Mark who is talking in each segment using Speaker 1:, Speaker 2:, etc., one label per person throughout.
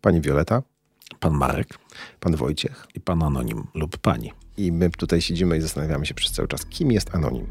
Speaker 1: pani Wioleta,
Speaker 2: pan Marek,
Speaker 1: pan Wojciech
Speaker 2: i pan Anonim lub pani.
Speaker 1: I my tutaj siedzimy i zastanawiamy się przez cały czas, kim jest Anonim.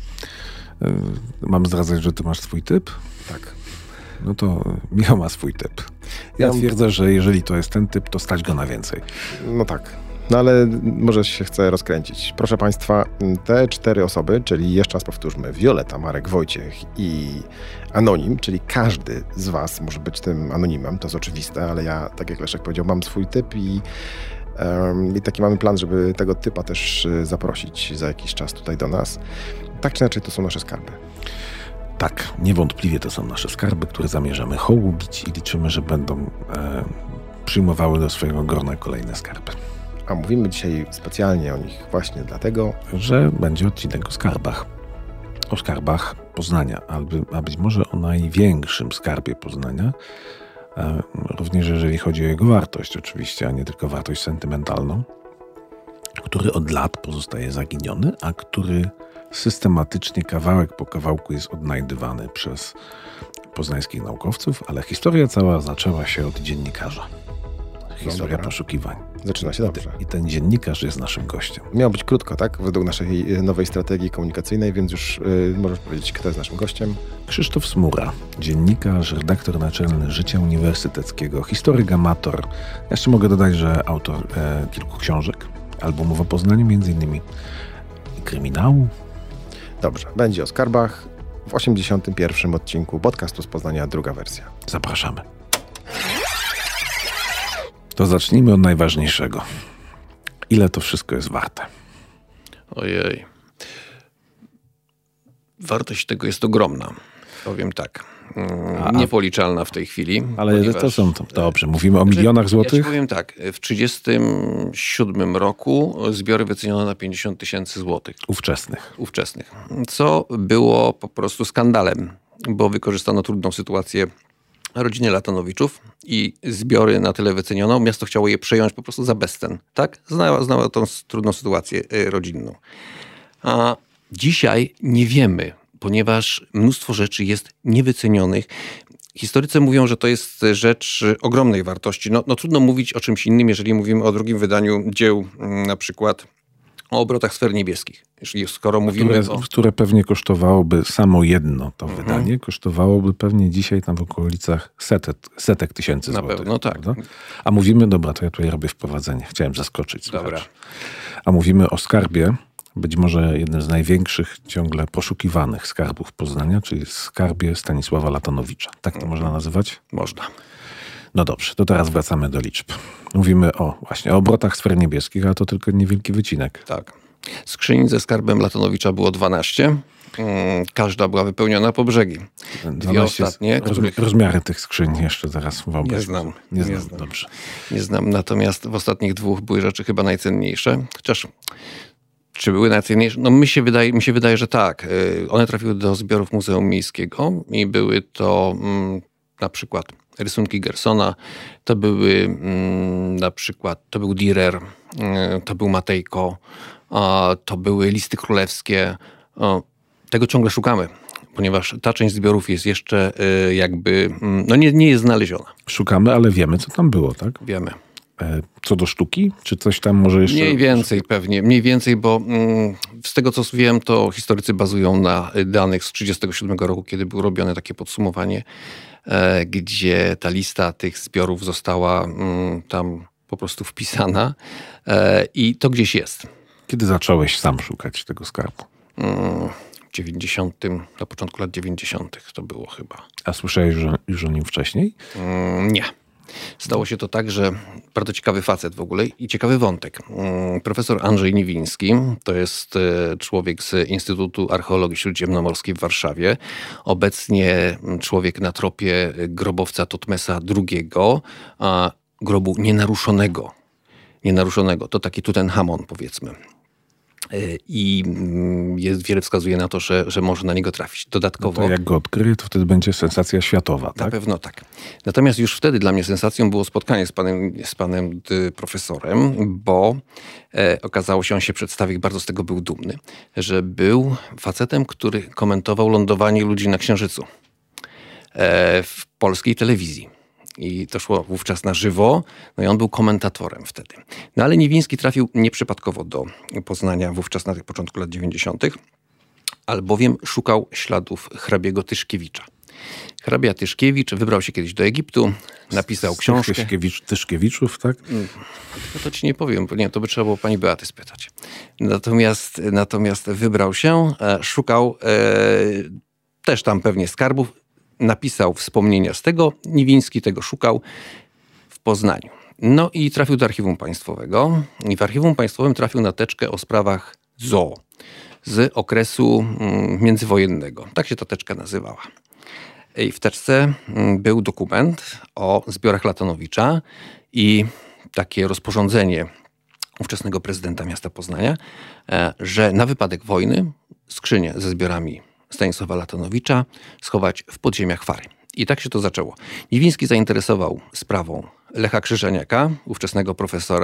Speaker 2: Mam zdradzać, że ty masz swój typ?
Speaker 1: Tak.
Speaker 2: No to Michał ma swój typ. Ja twierdzę, że jeżeli to jest ten typ, to stać go na więcej.
Speaker 1: No tak. No ale może się chce rozkręcić. Proszę państwa, te 4 osoby, czyli jeszcze raz powtórzmy, Wioleta, Marek, Wojciech i Anonim, czyli każdy z was może być tym anonimem, to jest oczywiste, ale ja, tak jak Leszek powiedział, mam swój typ i taki mamy plan, żeby tego typa też zaprosić za jakiś czas tutaj do nas. Tak czy inaczej, to są nasze skarby.
Speaker 2: Tak, niewątpliwie to są nasze skarby, które zamierzamy hołubić i liczymy, że będą przyjmowały do swojego grona kolejne skarby.
Speaker 1: A mówimy dzisiaj specjalnie o nich właśnie dlatego,
Speaker 2: że będzie odcinek o skarbach. O skarbach Poznania, a być może o największym skarbie Poznania, również jeżeli chodzi o jego wartość oczywiście, a nie tylko wartość sentymentalną, który od lat pozostaje zaginiony, a który systematycznie kawałek po kawałku jest odnajdywany przez poznańskich naukowców, ale historia cała zaczęła się od dziennikarza. Historia poszukiwań.
Speaker 1: Zaczyna się dobrze.
Speaker 2: I ten dziennikarz jest naszym gościem.
Speaker 1: Miało być krótko, tak? Według naszej nowej strategii komunikacyjnej, więc już możesz powiedzieć, kto jest naszym gościem.
Speaker 2: Krzysztof Smura, dziennikarz, redaktor naczelny Życia Uniwersyteckiego, historyk amator. Jeszcze mogę dodać, że autor kilku książek, albumów o Poznaniu, między innymi kryminału.
Speaker 1: Dobrze, będzie o skarbach w 81. odcinku podcastu z Poznania, druga wersja.
Speaker 2: Zapraszamy. To zacznijmy od najważniejszego. Ile to wszystko jest warte?
Speaker 3: Ojej. Wartość tego jest ogromna. Powiem tak. Niepoliczalna w tej chwili.
Speaker 2: Ale to są... Dobrze, mówimy o milionach złotych?
Speaker 3: Ja ci powiem tak. W 1937 roku zbiory wyceniono na 50 000 złotych. Ówczesnych. Co było po prostu skandalem, bo wykorzystano trudną sytuację rodziny Latanowiczów i zbiory na tyle wyceniono. Miasto chciało je przejąć po prostu za bezcen. Tak? Znała tą trudną sytuację rodzinną. A dzisiaj nie wiemy, ponieważ mnóstwo rzeczy jest niewycenionych. Historycy mówią, że to jest rzecz ogromnej wartości. No trudno mówić o czymś innym, jeżeli mówimy o drugim wydaniu dzieł, na przykład o obrotach sfer niebieskich. Skoro mówimy
Speaker 2: które pewnie kosztowałoby samo jedno to wydanie, kosztowałoby pewnie dzisiaj tam w okolicach setek tysięcy złotych.
Speaker 3: Na pewno tak.
Speaker 2: Prawda? A mówimy, dobra, to ja tutaj robię wprowadzenie. Chciałem zaskoczyć.
Speaker 3: Dobra.
Speaker 2: A mówimy o skarbie, być może jednym z największych ciągle poszukiwanych skarbów Poznania, czyli skarbie Stanisława Latanowicza. Tak to można nazywać?
Speaker 3: Można.
Speaker 2: No dobrze, to teraz wracamy do liczb. Mówimy o obrotach sfer niebieskich, a to tylko niewielki wycinek.
Speaker 3: Tak. Skrzyń ze skarbem Latanowicza było 12. Każda była wypełniona po brzegi. Dwie ostatnie.
Speaker 2: Rozmiary tych skrzyń jeszcze zaraz wyobraź.
Speaker 3: Nie znam.
Speaker 2: Dobrze.
Speaker 3: Nie znam. Natomiast w ostatnich 2 były rzeczy chyba najcenniejsze. Chociaż czy były najcenniejsze? No mi się wydaje, że tak. One trafiły do zbiorów Muzeum Miejskiego i były to na przykład rysunki Gersona, to były na przykład, to był Dürer, to był Matejko, to były listy królewskie. Tego ciągle szukamy, ponieważ ta część zbiorów jest jeszcze jakby, nie jest znaleziona.
Speaker 2: Szukamy, ale wiemy, co tam było, tak?
Speaker 3: Wiemy.
Speaker 2: Co do sztuki? Czy coś tam może jeszcze...
Speaker 3: Mniej więcej, bo z tego co wiem, to historycy bazują na danych z 1937 roku, kiedy było robione takie podsumowanie, gdzie ta lista tych zbiorów została tam po prostu wpisana i to gdzieś jest.
Speaker 2: Kiedy zacząłeś sam szukać tego skarbu?
Speaker 3: Na początku lat 90. to było chyba.
Speaker 2: A słyszałeś już o nim wcześniej?
Speaker 3: Nie. Stało się to tak, że bardzo ciekawy facet w ogóle i ciekawy wątek. Profesor Andrzej Niwiński, to jest człowiek z Instytutu Archeologii Śródziemnomorskiej w Warszawie. Obecnie człowiek na tropie grobowca Totmesa II, grobu nienaruszonego. To taki Tutenchamon, powiedzmy. I wiele wskazuje na to, że może na niego trafić. Dodatkowo...
Speaker 2: No to jak go odkryje, to wtedy będzie sensacja światowa, tak?
Speaker 3: Na pewno tak. Natomiast już wtedy dla mnie sensacją było spotkanie z panem profesorem, bo okazało się, on się przedstawił, bardzo z tego był dumny, że był facetem, który komentował lądowanie ludzi na Księżycu w polskiej telewizji. i to szło wówczas na żywo, no i on był komentatorem wtedy. No ale Niwiński trafił nieprzypadkowo do Poznania wówczas na tych początku lat 90., albowiem szukał śladów hrabiego Tyszkiewicza. Hrabia Tyszkiewicz wybrał się kiedyś do Egiptu, napisał książkę.
Speaker 2: Tyszkiewiczów, tak?
Speaker 3: To ci nie powiem, bo nie, to by trzeba było pani Beaty spytać. Natomiast wybrał się, szukał też tam pewnie skarbów, napisał wspomnienia z tego, Niwiński tego szukał w Poznaniu. No i trafił do Archiwum Państwowego i w Archiwum Państwowym trafił na teczkę o sprawach zoo z okresu międzywojennego. Tak się ta teczka nazywała. I w teczce był dokument o zbiorach Latonowicza i takie rozporządzenie ówczesnego prezydenta miasta Poznania, że na wypadek wojny skrzynię ze zbiorami Stanisława Latonowicza schować w podziemiach Fary. I tak się to zaczęło. Niwiński zainteresował sprawą Lecha Krzyżaniaka, ówczesnego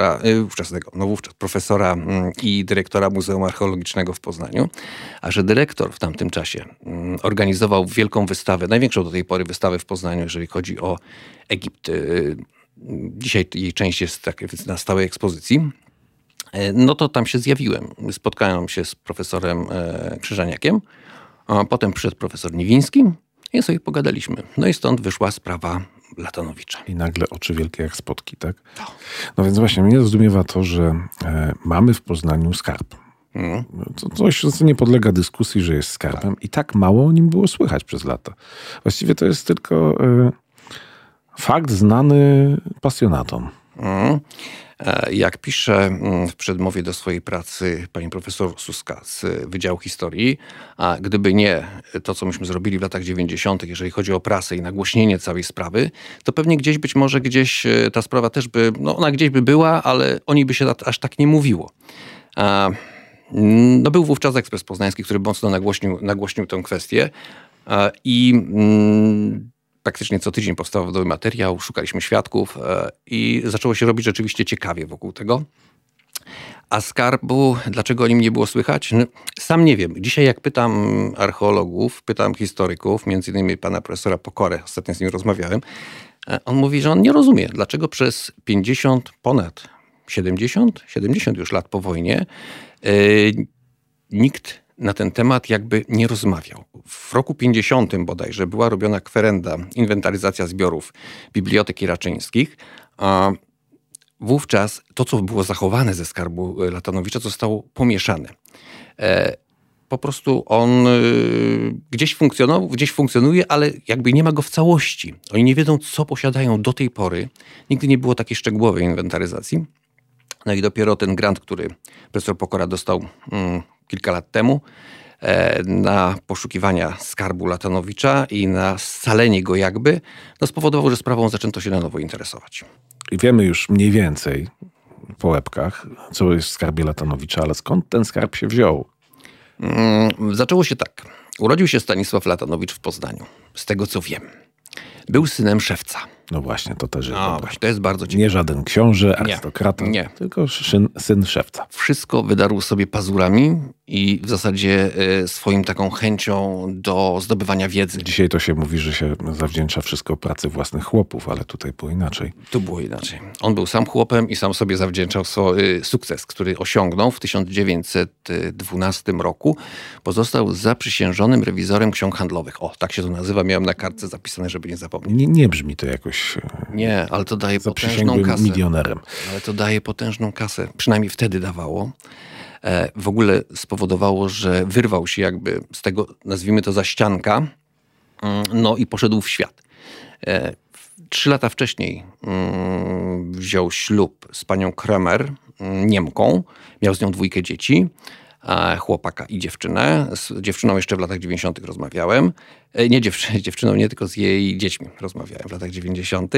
Speaker 3: profesora i dyrektora Muzeum Archeologicznego w Poznaniu, a że dyrektor w tamtym czasie organizował wielką wystawę, największą do tej pory wystawę w Poznaniu, jeżeli chodzi o Egipt. Dzisiaj jej część jest na stałej ekspozycji. No to tam się zjawiłem. Spotkałem się z profesorem Krzyżaniakiem, a potem przyszedł profesor Niwiński i sobie pogadaliśmy. No i stąd wyszła sprawa Latonowicza.
Speaker 2: I nagle oczy wielkie jak spotki, tak? No więc właśnie mnie zdumiewa to, że mamy w Poznaniu skarb. To coś, co nie podlega dyskusji, że jest skarbem. I tak mało o nim było słychać przez lata. Właściwie to jest tylko fakt znany pasjonatom.
Speaker 3: Jak pisze w przedmowie do swojej pracy pani profesor Suska z Wydziału Historii, a gdyby nie to, co myśmy zrobili w latach 90., jeżeli chodzi o prasę i nagłośnienie całej sprawy, to pewnie być może gdzieś ta sprawa też by, ona gdzieś by była, ale o niej by się aż tak nie mówiło. Był wówczas Ekspres Poznański, który mocno nagłośnił tę kwestię i praktycznie co tydzień powstawał nowy materiał, szukaliśmy świadków i zaczęło się robić rzeczywiście ciekawie wokół tego. A skarbu, dlaczego o nim nie było słychać? Sam nie wiem. Dzisiaj jak pytam archeologów, pytam historyków, między innymi pana profesora Pokorę, ostatnio z nim rozmawiałem, on mówi, że on nie rozumie, dlaczego przez 50, ponad 70 już lat po wojnie nikt na ten temat jakby nie rozmawiał. W roku 50 bodajże była robiona kwerenda, inwentaryzacja zbiorów Biblioteki Raczyńskich. Wówczas to, co było zachowane ze skarbu Latonowicza, zostało pomieszane. Po prostu on gdzieś funkcjonuje, ale jakby nie ma go w całości. Oni nie wiedzą, co posiadają do tej pory. Nigdy nie było takiej szczegółowej inwentaryzacji. No i dopiero ten grant, który profesor Pokora dostał kilka lat temu na poszukiwania skarbu Latonowicza i na scalenie go jakby, spowodowało, że sprawą zaczęto się na nowo interesować.
Speaker 2: I wiemy już mniej więcej po łebkach, co jest w skarbie Latonowicza, ale skąd ten skarb się wziął?
Speaker 3: Zaczęło się tak. Urodził się Stanisław Latonowicz w Poznaniu. Z tego, co wiem. Był synem szewca.
Speaker 2: No właśnie, to też jest
Speaker 3: to jest bardzo ciekawe.
Speaker 2: Nie żaden książę, arystokrata, tylko syn szewca.
Speaker 3: Wszystko wydarł sobie pazurami i w zasadzie swoim taką chęcią do zdobywania wiedzy.
Speaker 2: Dzisiaj to się mówi, że się zawdzięcza wszystko pracy własnych chłopów, ale tutaj było inaczej.
Speaker 3: Tu było inaczej. On był sam chłopem i sam sobie zawdzięczał sukces, który osiągnął w 1912 roku, bo został zaprzysiężonym rewizorem ksiąg handlowych. O, tak się to nazywa. Miałem na kartce zapisane, żeby nie zapomnieć.
Speaker 2: Nie brzmi to jakoś...
Speaker 3: Nie, ale to daje potężną kasę.
Speaker 2: Milionerem.
Speaker 3: Ale to daje potężną kasę. Przynajmniej wtedy dawało. W ogóle spowodowało, że wyrwał się jakby z tego, nazwijmy to, zaścianka, i poszedł w świat. 3 lata wcześniej wziął ślub z panią Kremer, Niemką. Miał z nią 2 dzieci, chłopaka i dziewczynę. Z dziewczyną jeszcze w latach 90. rozmawiałem. Nie dziewczyną, nie, tylko z jej dziećmi rozmawiałem w latach 90.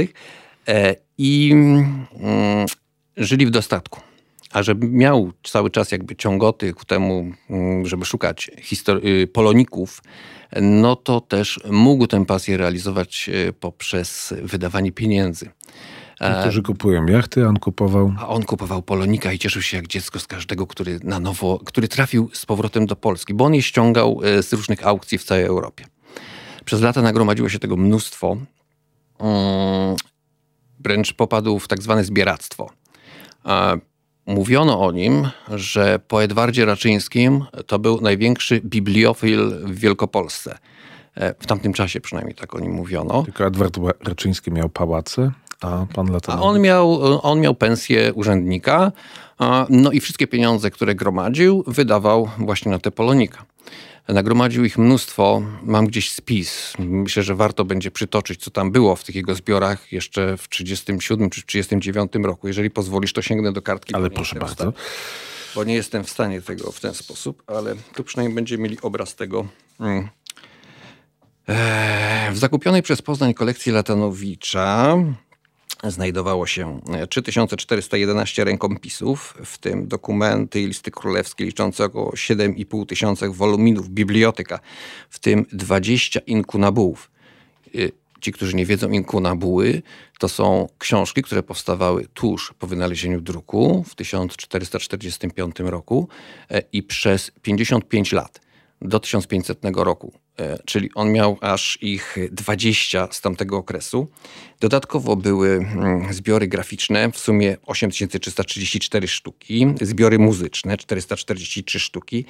Speaker 3: I żyli w dostatku. A żeby miał cały czas jakby ciągoty ku temu, żeby szukać poloników, to też mógł tę pasję realizować poprzez wydawanie pieniędzy.
Speaker 2: Niektórzy kupują jachty, a on kupował...
Speaker 3: A on kupował polonika i cieszył się jak dziecko z każdego, który trafił z powrotem do Polski, bo on je ściągał z różnych aukcji w całej Europie. Przez lata nagromadziło się tego mnóstwo wręcz popadł w tak zwane zbieractwo. Mówiono o nim, że po Edwardzie Raczyńskim to był największy bibliofil w Wielkopolsce. W tamtym czasie przynajmniej tak o nim mówiono.
Speaker 2: Tylko Edward Raczyński miał pałace, a pan Latanowicz?
Speaker 3: On miał pensję urzędnika, no i wszystkie pieniądze, które gromadził, wydawał właśnie na te Polonika. Nagromadził ich mnóstwo, mam gdzieś spis. Myślę, że warto będzie przytoczyć, co tam było w tych jego zbiorach jeszcze w 1937 czy 1939 roku. Jeżeli pozwolisz, to sięgnę do kartki.
Speaker 2: Ale proszę bardzo.
Speaker 3: Bo nie jestem w stanie tego w ten sposób, ale tu przynajmniej będziemy mieli obraz tego. W zakupionej przez Poznań kolekcji Latanowicza znajdowało się 3411 rękopisów, w tym dokumenty i listy królewskie liczące około 7,5 tysiąca woluminów, biblioteka, w tym 20 inkunabułów. Ci, którzy nie wiedzą, inkunabuły to są książki, które powstawały tuż po wynalezieniu druku w 1445 roku i przez 55 lat do 1500 roku. Czyli on miał aż ich 20 z tamtego okresu. Dodatkowo były zbiory graficzne, w sumie 8334 sztuki, zbiory muzyczne, 443 sztuki,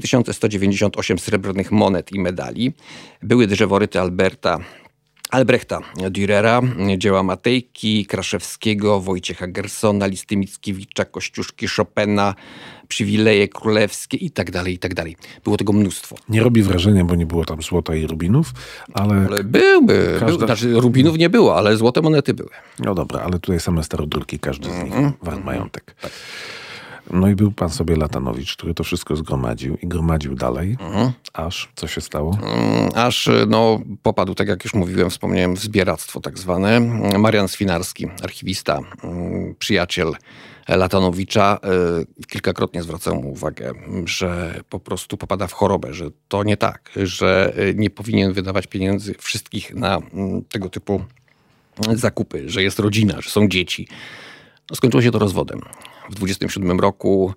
Speaker 3: 3198 srebrnych monet i medali. Były drzeworyty Albrechta Dürera, dzieła Matejki, Kraszewskiego, Wojciecha Gersona, listy Mickiewicza, Kościuszki, Chopina, przywileje królewskie i tak dalej, i tak dalej. Było tego mnóstwo.
Speaker 2: Nie robi wrażenia, bo nie było tam złota i rubinów, ale
Speaker 3: były. Znaczy, rubinów nie było, ale złote monety były.
Speaker 2: No dobra, ale tutaj same starodruki, każdy z nich wart majątek. Tak. No i był pan sobie Latanowicz, który to wszystko zgromadził i gromadził dalej, aż co się stało?
Speaker 3: Aż popadł, tak jak już mówiłem, wspomniałem, w zbieractwo tak zwane. Marian Swinarski, archiwista, przyjaciel Latanowicza, kilkakrotnie zwracał mu uwagę, że po prostu popada w chorobę, że to nie tak, że nie powinien wydawać pieniędzy wszystkich na tego typu zakupy, że jest rodzina, że są dzieci. Skończyło się to rozwodem. W 27 roku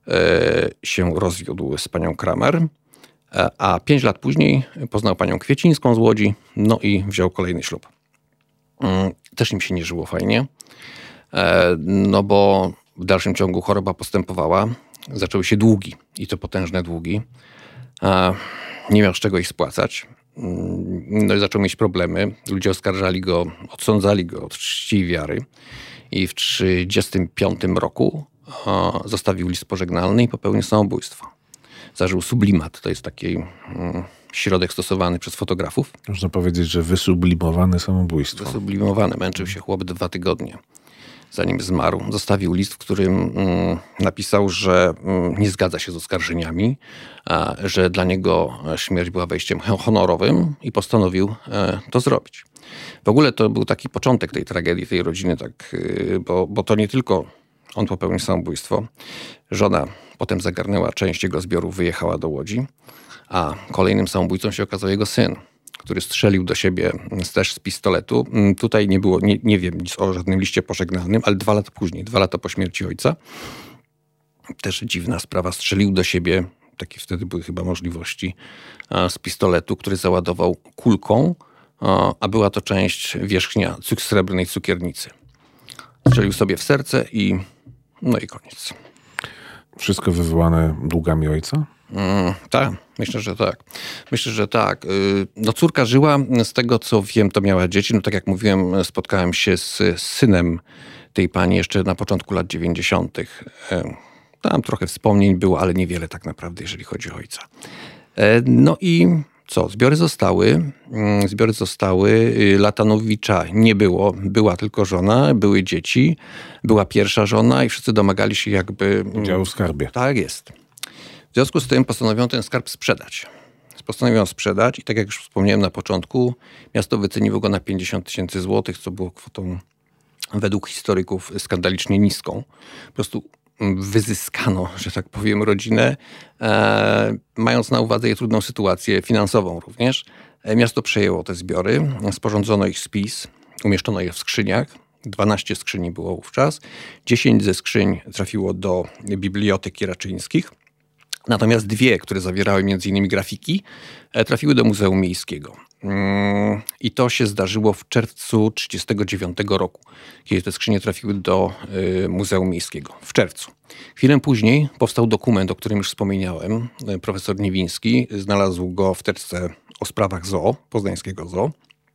Speaker 3: się rozwiódł z panią Kramer, a 5 lat później poznał panią Kwiecińską z Łodzi, no i wziął kolejny ślub. Też im się nie żyło fajnie, no bo w dalszym ciągu choroba postępowała, zaczęły się długi i to potężne długi. Nie miał z czego ich spłacać. No i zaczął mieć problemy. Ludzie oskarżali go, odsądzali go od czci i wiary. I w 1935 roku zostawił list pożegnalny i popełnił samobójstwo. Zażył sublimat. To jest taki środek stosowany przez fotografów.
Speaker 2: Można powiedzieć, że wysublimowane samobójstwo.
Speaker 3: Wysublimowane. Męczył się chłop 2 tygodnie, zanim zmarł. Zostawił list, w którym napisał, że nie zgadza się z oskarżeniami, że dla niego śmierć była wejściem honorowym i postanowił to zrobić. W ogóle to był taki początek tej tragedii, tej rodziny, tak, bo to nie tylko on popełnił samobójstwo. Żona potem zagarnęła część jego zbiorów, wyjechała do Łodzi, a kolejnym samobójcą się okazał jego syn, który strzelił do siebie też z pistoletu. Tutaj nie było, nie wiem nic o żadnym liście pożegnalnym, ale 2 lata później, 2 lata po śmierci ojca, też dziwna sprawa, strzelił do siebie, takie wtedy były chyba możliwości, z pistoletu, który załadował kulką, a była to część wierzchnia srebrnej cukiernicy. Strzelił sobie w serce i koniec.
Speaker 2: Wszystko wywołane długami ojca?
Speaker 3: Tak, myślę, że tak. No córka żyła, z tego co wiem, to miała dzieci. No tak jak mówiłem, spotkałem się z synem tej pani jeszcze na początku lat 90. Tam trochę wspomnień było, ale niewiele tak naprawdę, jeżeli chodzi o ojca. No i co? Zbiory zostały. Latanowicza nie było. Była tylko żona, były dzieci, była pierwsza żona i wszyscy domagali się jakby
Speaker 2: udziału w skarbie.
Speaker 3: Tak jest. W związku z tym postanowiono ten skarb sprzedać. Postanowiono sprzedać i tak jak już wspomniałem na początku, miasto wyceniło go na 50 000 złotych, co było kwotą według historyków skandalicznie niską. Po prostu wyzyskano, że tak powiem, rodzinę, mając na uwadze jej trudną sytuację finansową również. Miasto przejęło te zbiory, sporządzono ich spis, umieszczono je w skrzyniach. 12 skrzyni było wówczas. 10 ze skrzyń trafiło do Biblioteki Raczyńskich. Natomiast 2, które zawierały m.in. grafiki, trafiły do Muzeum Miejskiego. I to się zdarzyło w czerwcu 1939 roku, kiedy te skrzynie trafiły do Muzeum Miejskiego. W czerwcu. Chwilę później powstał dokument, o którym już wspomniałem. Profesor Niewiński znalazł go w teczce o sprawach zoo, poznańskiego zoo,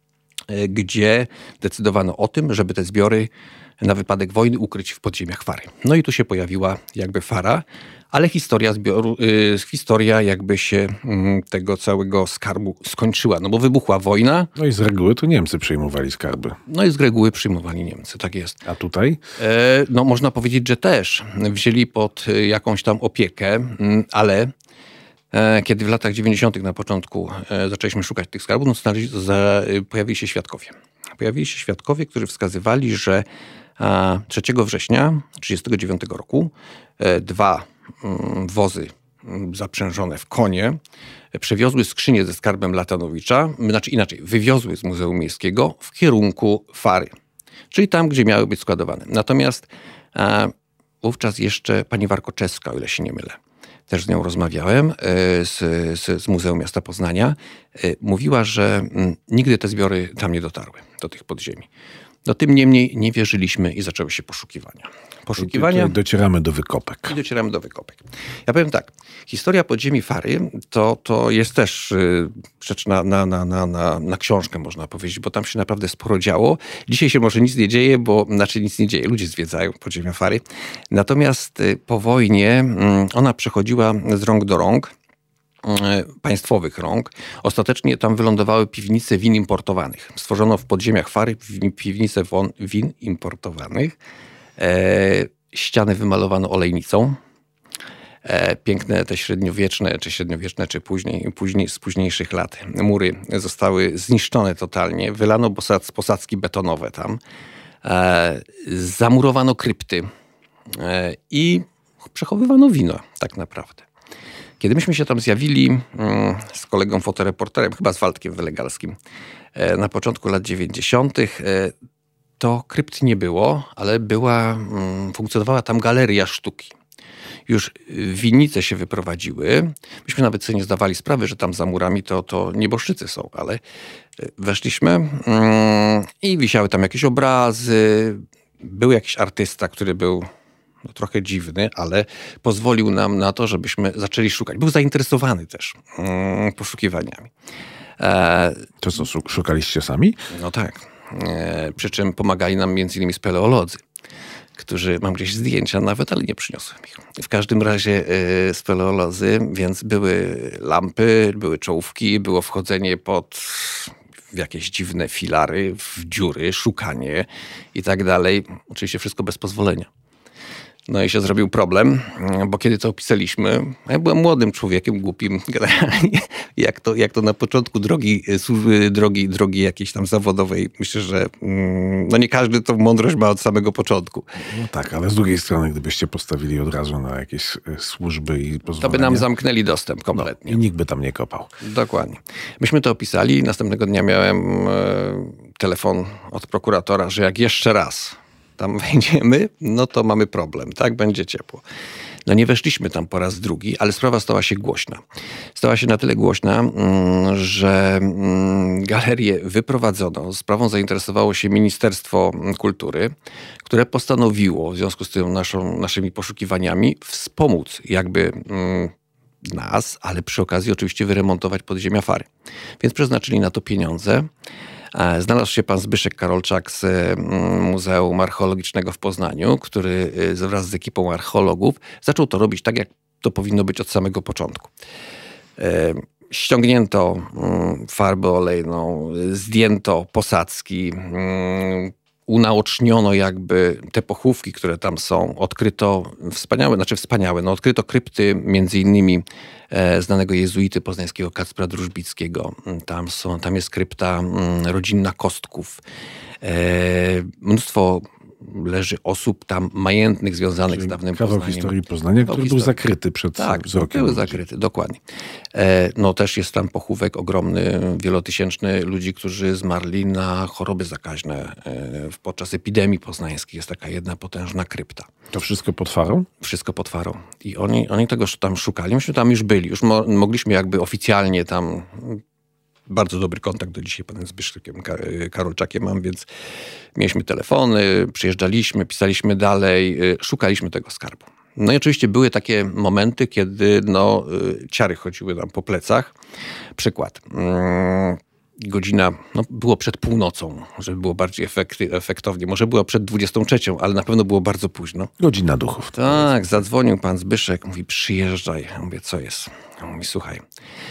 Speaker 3: gdzie decydowano o tym, żeby te zbiory na wypadek wojny ukryć w podziemiach Fary. No i tu się pojawiła jakby Fara, ale historia jakby się tego całego skarbu skończyła, no bo wybuchła wojna.
Speaker 2: No i z reguły to Niemcy przyjmowali skarby.
Speaker 3: No i z reguły przyjmowali Niemcy, tak jest.
Speaker 2: A tutaj?
Speaker 3: No można powiedzieć, że też wzięli pod jakąś tam opiekę, ale kiedy w latach 90. na początku zaczęliśmy szukać tych skarbów, no pojawili się świadkowie. Pojawili się świadkowie, którzy wskazywali, że 3 września 1939 roku 2 wozy zaprzężone w konie przewiozły skrzynię ze skarbem Latanowicza, znaczy inaczej, wywiozły z Muzeum Miejskiego w kierunku Fary, czyli tam, gdzie miały być składowane. Natomiast wówczas jeszcze pani Warkoczewska, o ile się nie mylę, też z nią rozmawiałem, z Muzeum Miasta Poznania, mówiła, że nigdy te zbiory tam nie dotarły, do tych podziemi. No tym niemniej nie wierzyliśmy i zaczęły się poszukiwania.
Speaker 2: I docieramy do wykopek.
Speaker 3: Ja powiem tak, historia podziemi Fary to jest też rzecz na książkę, można powiedzieć, bo tam się naprawdę sporo działo. Dzisiaj się może nic nie dzieje, nic nie dzieje, ludzie zwiedzają podziemia Fary. Natomiast po wojnie ona przechodziła z rąk do rąk, państwowych rąk. Ostatecznie tam wylądowały piwnice win importowanych. Stworzono w podziemiach Fary piwnice win importowanych. Ściany wymalowano olejnicą. Piękne te średniowieczne, czy później z późniejszych lat mury zostały zniszczone totalnie. Wylano posadzki betonowe tam. Zamurowano krypty i przechowywano wino tak naprawdę. Kiedy myśmy się tam zjawili z kolegą fotoreporterem, chyba z Waldkiem Wylegalskim, na początku lat 90., to krypt nie było, ale funkcjonowała tam galeria sztuki. Już winnice się wyprowadziły. Myśmy nawet sobie nie zdawali sprawy, że tam za murami to nieboszczycy są, ale weszliśmy i wisiały tam jakieś obrazy. Był jakiś artysta, który był trochę dziwny, ale pozwolił nam na to, żebyśmy zaczęli szukać. Był zainteresowany też poszukiwaniami.
Speaker 2: To co, szukaliście sami?
Speaker 3: No tak. Przy czym pomagali nam m.in. speleolodzy, którzy, mam gdzieś zdjęcia nawet, ale nie przyniosłem ich. W każdym razie speleolodzy, więc były lampy, były czołówki, było wchodzenie w jakieś dziwne filary, w dziury, szukanie i tak dalej. Oczywiście wszystko bez pozwolenia. No i się zrobił problem, bo kiedy to opisaliśmy, ja byłem młodym człowiekiem, głupim generalnie, jak to na początku drogi jakiejś tam zawodowej. Myślę, że nie każdy tą mądrość ma od samego początku.
Speaker 2: No tak, ale z drugiej strony, gdybyście postawili od razu na jakieś służby i pozwolenia,
Speaker 3: to by nam zamknęli dostęp kompletnie.
Speaker 2: I nikt by tam nie kopał.
Speaker 3: Dokładnie. Myśmy to opisali. Następnego dnia miałem telefon od prokuratora, że jak jeszcze raz tam wejdziemy, no to mamy problem, tak? Będzie ciepło. No nie weszliśmy tam po raz drugi, ale sprawa stała się głośna. Stała się na tyle głośna, że galerię wyprowadzono. Sprawą zainteresowało się Ministerstwo Kultury, które postanowiło w związku z tym naszymi poszukiwaniami wspomóc jakby nas, ale przy okazji oczywiście wyremontować podziemia Fary. Więc przeznaczyli na to pieniądze. Znalazł się pan Zbyszek Karolczak z Muzeum Archeologicznego w Poznaniu, który wraz z ekipą archeologów zaczął to robić tak, jak to powinno być od samego początku. Ściągnięto farbę olejną, zdjęto posadzki, unaoczniono jakby te pochówki, które tam są. Odkryto odkryto krypty między innymi znanego jezuity poznańskiego Kacpra Drużbickiego. Tam jest krypta rodzinna Kostków. Mnóstwo leży osób tam majętnych, związanych z dawnym
Speaker 2: Poznaniem. Kawał historii Poznania, który był zakryty przed wzrokiem.
Speaker 3: Tak, był zakryty, dokładnie. No też jest tam pochówek ogromny, wielotysięczny ludzi, którzy zmarli na choroby zakaźne podczas epidemii poznańskiej. Jest taka jedna potężna krypta.
Speaker 2: To wszystko pod Farą?
Speaker 3: Wszystko pod Farą. I oni tego tam szukali. Myśmy tam już byli. Już mogliśmy jakby oficjalnie tam bardzo dobry kontakt do dzisiaj panem Zbyszkiem Karolczakiem mam, więc mieliśmy telefony, przyjeżdżaliśmy, pisaliśmy dalej, szukaliśmy tego skarbu. No i oczywiście były takie momenty, kiedy ciary chodziły nam po plecach. Przykład. Godzina, było przed północą, żeby było bardziej efektownie. Może było przed 23, ale na pewno było bardzo późno.
Speaker 2: Godzina duchów.
Speaker 3: Tak, zadzwonił pan Zbyszek, mówi przyjeżdżaj. Ja mówię, co jest? On mówi, słuchaj,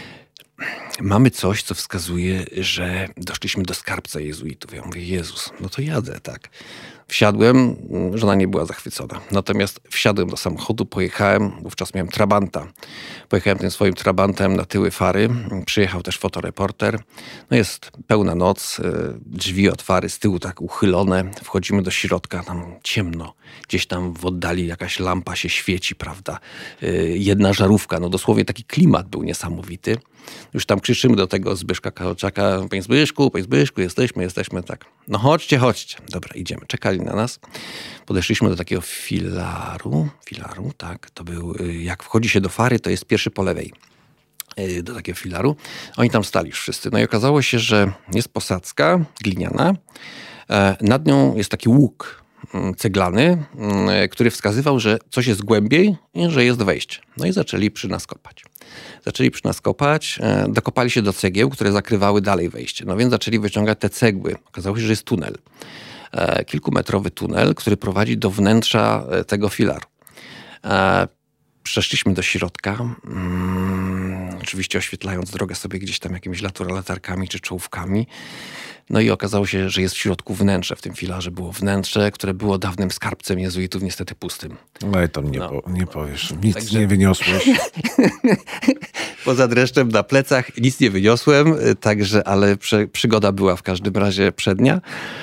Speaker 3: mamy coś, co wskazuje, że doszliśmy do skarbca jezuitów. Ja mówię, Jezus, no to jadę, tak. Wsiadłem, żona nie była zachwycona. Natomiast wsiadłem do samochodu, pojechałem, wówczas miałem Trabanta. Pojechałem tym swoim Trabantem na tyły fary. Przyjechał też fotoreporter. No jest pełna noc, drzwi od fary z tyłu tak uchylone. Wchodzimy do środka, tam ciemno. Gdzieś tam w oddali jakaś lampa się świeci, prawda? Jedna żarówka, dosłownie taki klimat był niesamowity. Już tam krzyczymy do tego Zbyszka Karolczaka, panie Zbyszku, jesteśmy, tak. No chodźcie. Dobra, idziemy. Czekali na nas. Podeszliśmy do takiego filaru, tak. To był, jak wchodzi się do fary, to jest pierwszy po lewej. Do takiego filaru. Oni tam stali już wszyscy. No i okazało się, że jest posadzka gliniana. Nad nią jest taki łuk ceglany, który wskazywał, że coś jest głębiej i że jest wejście. No i zaczęli przy nas kopać. Dokopali się do cegieł, które zakrywały dalej wejście. No więc zaczęli wyciągać te cegły. Okazało się, że jest tunel. Kilkumetrowy tunel, który prowadzi do wnętrza tego filaru. Przeszliśmy do środka, oczywiście oświetlając drogę sobie gdzieś tam jakimiś latarkami czy czołówkami. No i okazało się, że jest w środku wnętrze. W tym filarze było wnętrze, które było dawnym skarbcem jezuitów, niestety pustym.
Speaker 2: No to nie powiesz. Nic nie wyniosłeś.
Speaker 3: Poza dreszczem na plecach nic nie wyniosłem, ale przygoda była w każdym razie przednia.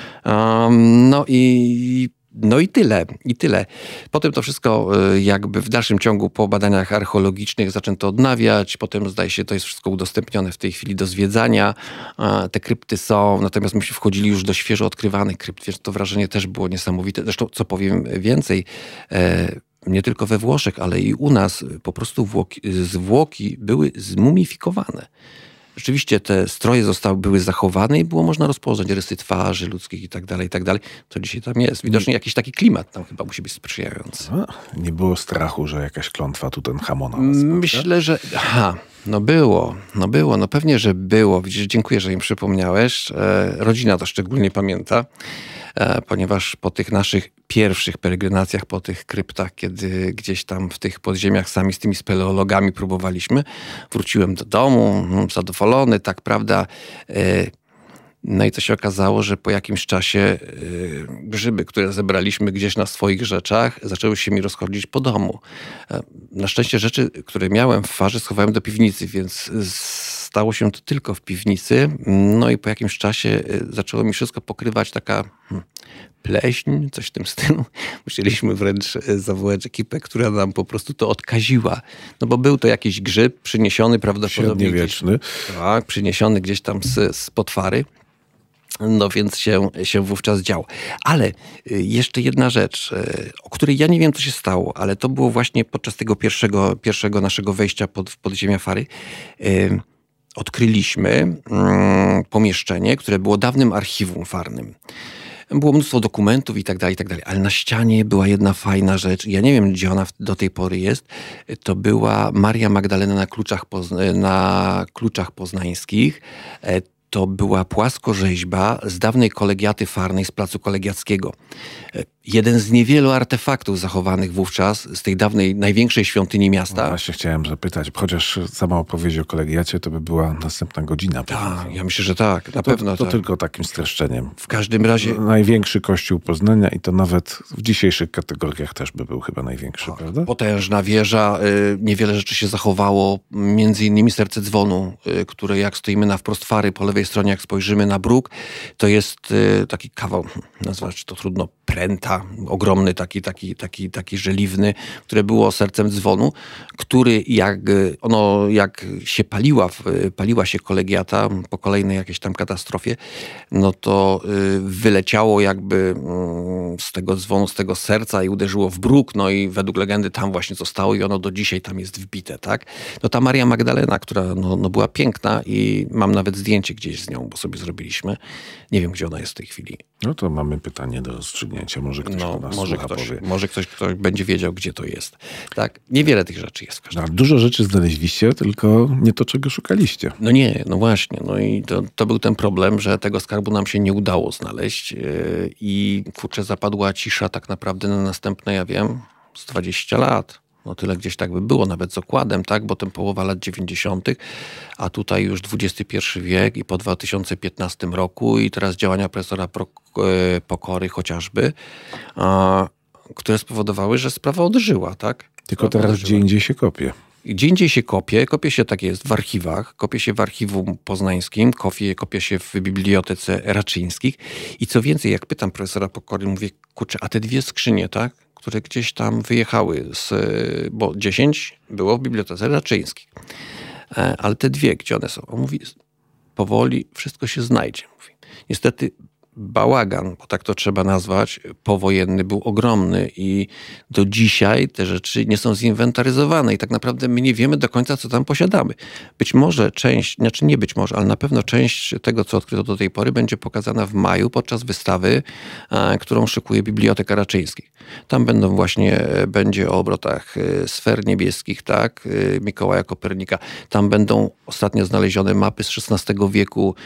Speaker 3: No i tyle. Potem to wszystko jakby w dalszym ciągu po badaniach archeologicznych zaczęto odnawiać. Potem zdaje się, to jest wszystko udostępnione w tej chwili do zwiedzania. Te krypty są, natomiast myśmy wchodzili już do świeżo odkrywanych krypt, więc to wrażenie też było niesamowite. Zresztą, co powiem więcej, nie tylko we Włoszech, ale i u nas po prostu zwłoki były zmumifikowane. Rzeczywiście te stroje były zachowane i było można rozpoznać rysy twarzy ludzkich i tak dalej. To dzisiaj tam jest. Widocznie jakiś taki klimat tam chyba musi być sprzyjający.
Speaker 2: Nie było strachu, że jakaś klątwa Tutenchamona.
Speaker 3: Myślę, że... Było. Pewnie, że było. Widzisz, dziękuję, że im przypomniałeś. Rodzina to szczególnie pamięta, ponieważ po tych naszych pierwszych peregrinacjach, po tych kryptach, kiedy gdzieś tam w tych podziemiach sami z tymi speleologami próbowaliśmy, wróciłem do domu, zadowolony, tak, prawda? No i to się okazało, że po jakimś czasie grzyby, które zebraliśmy gdzieś na swoich rzeczach, zaczęły się mi rozchodzić po domu. Na szczęście rzeczy, które miałem w farze, schowałem do piwnicy, więc stało się to tylko w piwnicy. No i po jakimś czasie zaczęło mi wszystko pokrywać taka pleśń, coś w tym stylu. Musieliśmy wręcz zawołać ekipę, która nam po prostu to odkaziła. No bo był to jakiś grzyb przyniesiony prawdopodobnie...
Speaker 2: Średniowieczny.
Speaker 3: Tak, przyniesiony gdzieś tam z potwary. No więc się wówczas działo. Ale jeszcze jedna rzecz, o której ja nie wiem, co się stało, ale to było właśnie podczas tego pierwszego naszego wejścia w podziemia fary. Odkryliśmy pomieszczenie, które było dawnym archiwum farnym. Było mnóstwo dokumentów i tak dalej, ale na ścianie była jedna fajna rzecz. Ja nie wiem, gdzie ona do tej pory jest. To była Maria Magdalena na kluczach poznańskich. To była płaskorzeźba z dawnej kolegiaty farnej z placu Kolegiackiego. Jeden z niewielu artefaktów zachowanych wówczas z tej dawnej, największej świątyni miasta.
Speaker 2: No właśnie chciałem zapytać, chociaż sama opowieść o kolegiacie to by była następna godzina.
Speaker 3: Tak, ja myślę, że tak, na pewno
Speaker 2: to
Speaker 3: tak.
Speaker 2: tylko takim streszczeniem.
Speaker 3: W każdym razie...
Speaker 2: Największy kościół Poznania i to nawet w dzisiejszych kategoriach też by był chyba największy, prawda?
Speaker 3: Potężna wieża, niewiele rzeczy się zachowało, między innymi serce dzwonu, które jak stoimy na wprost fary po lewej stronie, jak spojrzymy na bruk, to jest taki kawał, nazwać to trudno, pręta, ogromny, taki żeliwny, które było sercem dzwonu, który jak się paliła się kolegiata po kolejnej jakiejś tam katastrofie, no to wyleciało jakby z tego dzwonu, z tego serca i uderzyło w bruk, no i według legendy tam właśnie zostało i ono do dzisiaj tam jest wbite, tak? No ta Maria Magdalena, która no była piękna i mam nawet zdjęcie gdzieś z nią, bo sobie zrobiliśmy. Nie wiem, gdzie ona jest w tej chwili.
Speaker 2: No to mamy pytanie do rozstrzygnięcia. Może ktoś
Speaker 3: może ktoś będzie wiedział, gdzie to jest. Tak? Niewiele tych rzeczy jest w każdym razie.
Speaker 2: Dużo rzeczy znaleźliście, tylko nie to, czego szukaliście.
Speaker 3: No nie, no właśnie. No i to był ten problem, że tego skarbu nam się nie udało znaleźć i kurczę, zapadła cisza tak naprawdę na następne, ja wiem, z 20 lat. No tyle gdzieś tak by było, nawet z okładem, tak? Bo to połowa lat 90., a tutaj już XXI wiek i po 2015 roku i teraz działania profesora Pokory chociażby, które spowodowały, że sprawa odżyła, tak?
Speaker 2: Tylko teraz gdzie indziej się kopie.
Speaker 3: Gdzie indziej się kopie się tak jest w archiwach, kopie się w archiwum poznańskim, kopie się w bibliotece Raczyńskich i co więcej, jak pytam profesora Pokory, mówię, kurczę, a te dwie skrzynie, tak? Które gdzieś tam wyjechały, bo 10 było w bibliotece Raczyńskich. Ale te dwie, gdzie one są? On mówi, powoli wszystko się znajdzie. Mówi. Niestety bałagan, bo tak to trzeba nazwać, powojenny był ogromny i do dzisiaj te rzeczy nie są zinwentaryzowane i tak naprawdę my nie wiemy do końca, co tam posiadamy. Być może część, znaczy nie być może, ale na pewno część tego, co odkryto do tej pory, będzie pokazana w maju podczas wystawy, którą szykuje Biblioteka Raczyńskich. Tam będzie o obrotach sfer niebieskich, tak, Mikołaja Kopernika. Tam będą ostatnio znalezione mapy z XVI wieku,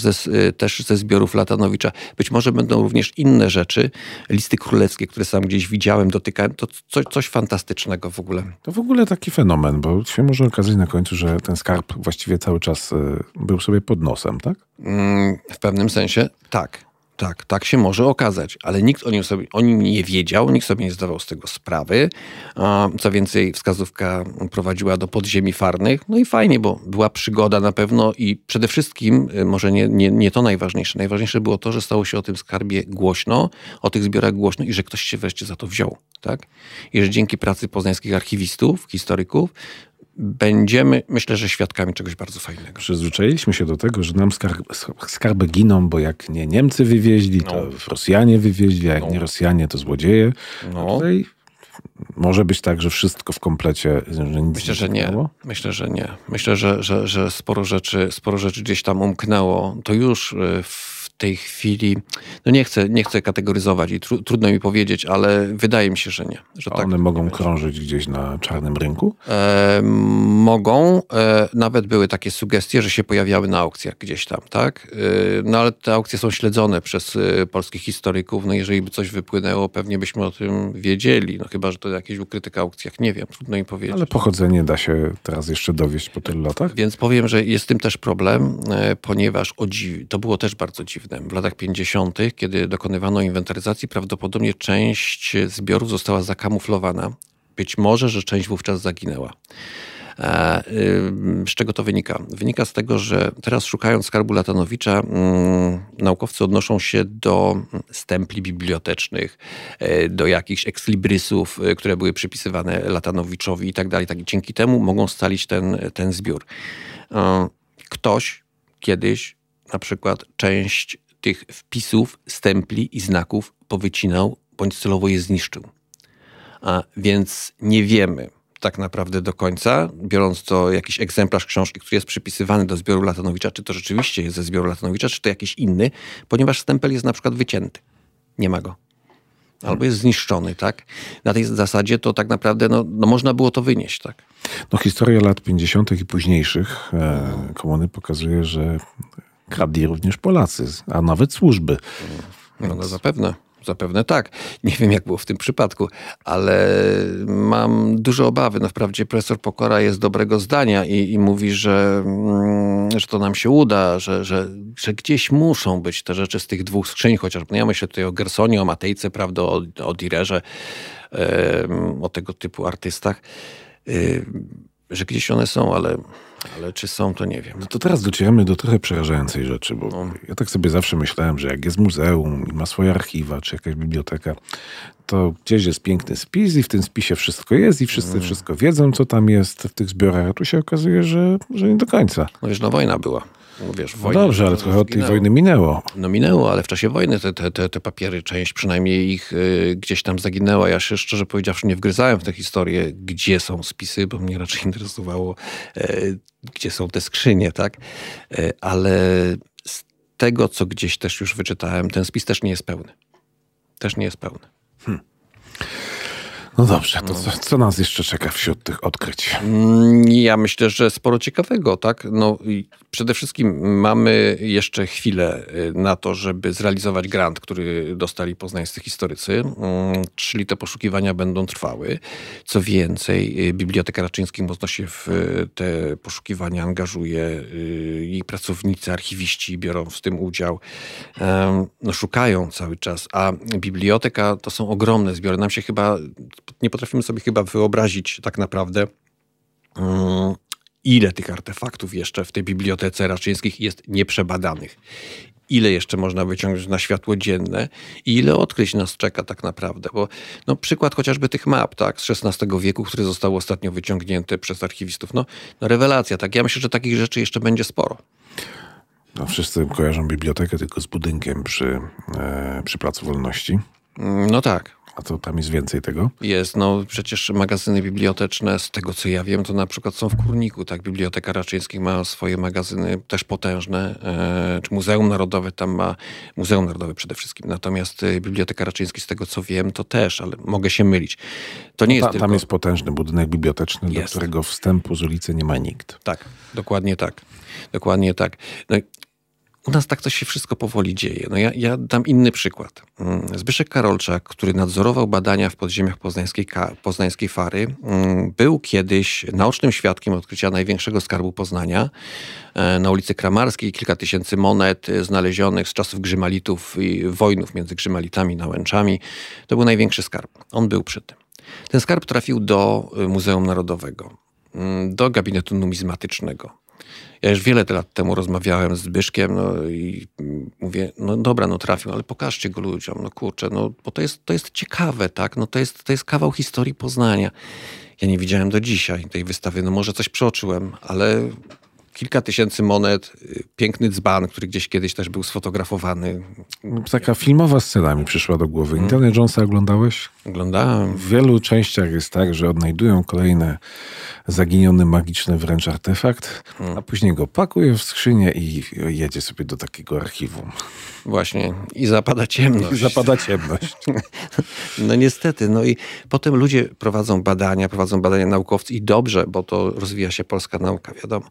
Speaker 3: też ze zbiorów Latanowicza. Być może będą również inne rzeczy, listy królewskie, które sam gdzieś widziałem, dotykałem. To coś fantastycznego w ogóle.
Speaker 2: To w ogóle taki fenomen, bo się może okazać na końcu, że ten skarb właściwie cały czas był sobie pod nosem, tak?
Speaker 3: W pewnym sensie tak. Tak się może okazać, ale nikt o nim nie wiedział, nikt sobie nie zdawał z tego sprawy. Co więcej, wskazówka prowadziła do podziemi farnych. No i fajnie, bo była przygoda na pewno i przede wszystkim, może nie to najważniejsze. Najważniejsze było to, że stało się o tym skarbie głośno, o tych zbiorach głośno i że ktoś się wreszcie za to wziął. Tak? I że dzięki pracy poznańskich archiwistów, historyków, będziemy, myślę, że świadkami czegoś bardzo fajnego.
Speaker 2: Przyzwyczailiśmy się do tego, że nam skarby giną, bo jak nie Niemcy wywieźli, to Rosjanie wywieźli, a jak nie Rosjanie, to złodzieje. A tutaj może być tak, że wszystko w komplecie, że nic
Speaker 3: Myślę, że nie. Myślę, że nie. Myślę, że sporo rzeczy gdzieś tam umknęło. To już w tej chwili, no nie chcę kategoryzować i trudno mi powiedzieć, ale wydaje mi się, że nie. Że
Speaker 2: one mogą krążyć gdzieś na czarnym rynku?
Speaker 3: Mogą. Nawet były takie sugestie, że się pojawiały na aukcjach gdzieś tam, tak? No ale te aukcje są śledzone przez polskich historyków. No jeżeli by coś wypłynęło, pewnie byśmy o tym wiedzieli. No chyba, że to jakieś ukryte aukcjach. Nie wiem, trudno mi powiedzieć.
Speaker 2: Ale pochodzenie da się teraz jeszcze dowieść po tylu latach?
Speaker 3: Więc powiem, że jest z tym też problem, ponieważ to było też bardzo dziwne. W latach 50., kiedy dokonywano inwentaryzacji, prawdopodobnie część zbiorów została zakamuflowana. Być może, że część wówczas zaginęła. Z czego to wynika? Wynika z tego, że teraz szukając skarbu Latanowicza, naukowcy odnoszą się do stempli bibliotecznych, do jakichś ekslibrisów, które były przypisywane Latanowiczowi i tak dalej. Dzięki temu mogą scalić ten zbiór. Ktoś kiedyś na przykład część tych wpisów, stempli i znaków powycinał, bądź celowo je zniszczył. Więc nie wiemy tak naprawdę do końca, biorąc to jakiś egzemplarz książki, który jest przypisywany do zbioru Latanowicza, czy to rzeczywiście jest ze zbioru Latanowicza, czy to jakiś inny, ponieważ stempel jest na przykład wycięty. Nie ma go. Albo jest zniszczony, tak? Na tej zasadzie to tak naprawdę no można było to wynieść, tak?
Speaker 2: No historia lat 50. i późniejszych komuny pokazuje, że kradli również Polacy, a nawet służby.
Speaker 3: No zapewne tak. Nie wiem, jak było w tym przypadku, ale mam duże obawy. No wprawdzie profesor Pokora jest dobrego zdania i mówi, że to nam się uda, że gdzieś muszą być te rzeczy z tych dwóch skrzyń, chociaż ja myślę tutaj o Gersonie, o Matejce, prawda, o Direrze, o tego typu artystach, że gdzieś one są, ale Ale czy są, to nie wiem.
Speaker 2: No to teraz docieramy do trochę przerażającej rzeczy, bo ja tak sobie zawsze myślałem, że jak jest muzeum i ma swoje archiwa, czy jakaś biblioteka, to gdzieś jest piękny spis i w tym spisie wszystko jest i wszyscy wszystko wiedzą, co tam jest w tych zbiorach, a tu się okazuje, że nie do końca.
Speaker 3: No wiesz, wojna była. No wiesz,
Speaker 2: no dobrze, ale trochę od tej wojny minęło.
Speaker 3: No minęło, ale w czasie wojny te papiery, część przynajmniej ich gdzieś tam zaginęła. Ja się szczerze powiedziawszy nie wgryzałem w tę historię, gdzie są spisy, bo mnie raczej interesowało, gdzie są te skrzynie, tak? Ale z tego, co gdzieś też już wyczytałem, ten spis też nie jest pełny. Też nie jest pełny.
Speaker 2: No dobrze, to co nas jeszcze czeka wśród tych odkryć?
Speaker 3: Ja myślę, że sporo ciekawego, tak? No, przede wszystkim mamy jeszcze chwilę na to, żeby zrealizować grant, który dostali poznańscy historycy, czyli te poszukiwania będą trwały. Co więcej, Biblioteka Raczyńskich mocno się w te poszukiwania angażuje. Jej pracownicy, archiwiści biorą w tym udział. No, szukają cały czas, a biblioteka to są ogromne zbiory. Nam się chyba nie potrafimy sobie chyba wyobrazić tak naprawdę, ile tych artefaktów jeszcze w tej Bibliotece Raczyńskich jest nieprzebadanych. Ile jeszcze można wyciągnąć na światło dzienne i ile odkryć nas czeka tak naprawdę. Bo no, przykład chociażby tych map, tak, z XVI wieku, które zostały ostatnio wyciągnięte przez archiwistów. No rewelacja, tak. Ja myślę, że takich rzeczy jeszcze będzie sporo.
Speaker 2: No, wszyscy kojarzą bibliotekę tylko z budynkiem przy Placu Wolności.
Speaker 3: No tak.
Speaker 2: A to tam jest więcej tego?
Speaker 3: Jest, no przecież magazyny biblioteczne, z tego co ja wiem, to na przykład są w Kurniku, tak? Biblioteka Raczyńskich ma swoje magazyny też potężne, czy Muzeum Narodowe tam ma, Muzeum Narodowe przede wszystkim, natomiast Biblioteka Raczyńskich, z tego co wiem, to też, ale mogę się mylić. To nie jest tylko...
Speaker 2: Tam jest potężny budynek biblioteczny, do którego wstępu z ulicy nie ma nikt.
Speaker 3: Tak, dokładnie tak. Dokładnie tak. No, u nas tak to się wszystko powoli dzieje. No ja dam inny przykład. Zbyszek Karolczak, który nadzorował badania w podziemiach poznańskiej Fary, był kiedyś naocznym świadkiem odkrycia największego skarbu Poznania na ulicy Kramarskiej. Kilka tysięcy monet znalezionych z czasów Grzymalitów i wojnów między Grzymalitami i Nałęczami. To był największy skarb. On był przy tym. Ten skarb trafił do Muzeum Narodowego, do gabinetu numizmatycznego. Ja już wiele lat temu rozmawiałem z Zbyszkiem, no i mówię, no dobra, no trafił, ale pokażcie go ludziom, no kurczę, no bo to jest ciekawe, tak, no to jest kawał historii Poznania. Ja nie widziałem do dzisiaj tej wystawy, no może coś przeoczyłem, ale kilka tysięcy monet, piękny dzban, który gdzieś kiedyś też był sfotografowany.
Speaker 2: Taka filmowa scena mi przyszła do głowy. Indiana Jonesa oglądałeś?
Speaker 3: Oglądałem.
Speaker 2: W wielu częściach jest tak, że odnajdują kolejne zaginiony, magiczny wręcz artefakt, a później go pakuje w skrzynię i jedzie sobie do takiego archiwum.
Speaker 3: Właśnie. I zapada ciemność. No niestety. No i potem ludzie prowadzą badania naukowcy i dobrze, bo to rozwija się polska nauka, wiadomo.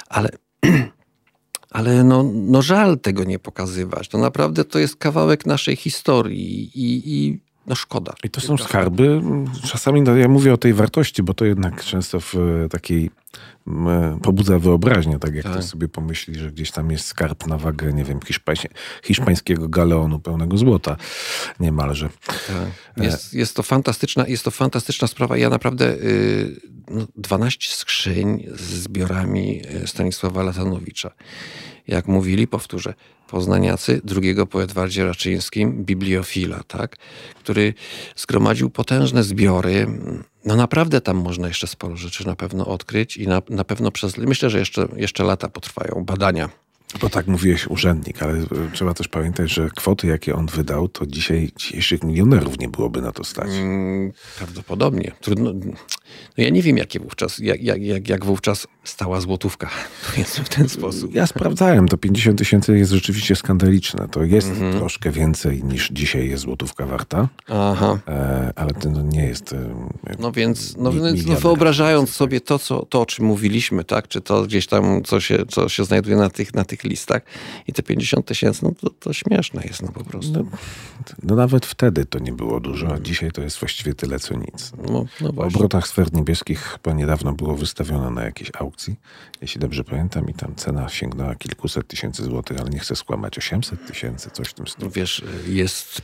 Speaker 3: Ale no żal tego nie pokazywać. To naprawdę to jest kawałek naszej historii i no szkoda.
Speaker 2: I to są skarby. Czasami ja mówię o tej wartości, bo to jednak często w takiej pobudza wyobraźnię, tak jak ktoś sobie pomyśli, że gdzieś tam jest skarb na wagę, nie wiem, hiszpańskiego galeonu pełnego złota niemalże.
Speaker 3: Tak. Jest to fantastyczna sprawa. Ja naprawdę 12 skrzyń z zbiorami Stanisława Latanowicza. Jak mówili, powtórzę, poznaniacy, drugiego po Edwardzie Raczyńskim, bibliofila, tak, który zgromadził potężne zbiory. No naprawdę tam można jeszcze sporo rzeczy na pewno odkryć i na pewno myślę, że jeszcze lata potrwają badania.
Speaker 2: Bo tak mówiłeś urzędnik, ale trzeba też pamiętać, że kwoty, jakie on wydał, to dzisiejszych milionerów nie byłoby na to stać.
Speaker 3: Prawdopodobnie. Trudno. No ja nie wiem, jak wówczas stała złotówka. Powiedzmy w ten sposób.
Speaker 2: Ja sprawdzałem, to 50 000 jest rzeczywiście skandaliczne. To jest troszkę więcej niż dzisiaj jest złotówka warta. Aha. Ale to nie jest...
Speaker 3: No więc wyobrażając sobie to, o czym mówiliśmy, tak? Czy to gdzieś tam, co się znajduje na tych listach i te 50 000, no to śmieszne jest, no po prostu.
Speaker 2: No nawet wtedy to nie było dużo, a dzisiaj to jest właściwie tyle, co nic. W obrotach sfer niebieskich chyba niedawno było wystawione na jakiejś aukcji, jeśli dobrze pamiętam, i tam cena sięgnęła kilkuset tysięcy złotych, ale nie chcę skłamać, 800 000, coś w tym stylu.
Speaker 3: Wiesz, jest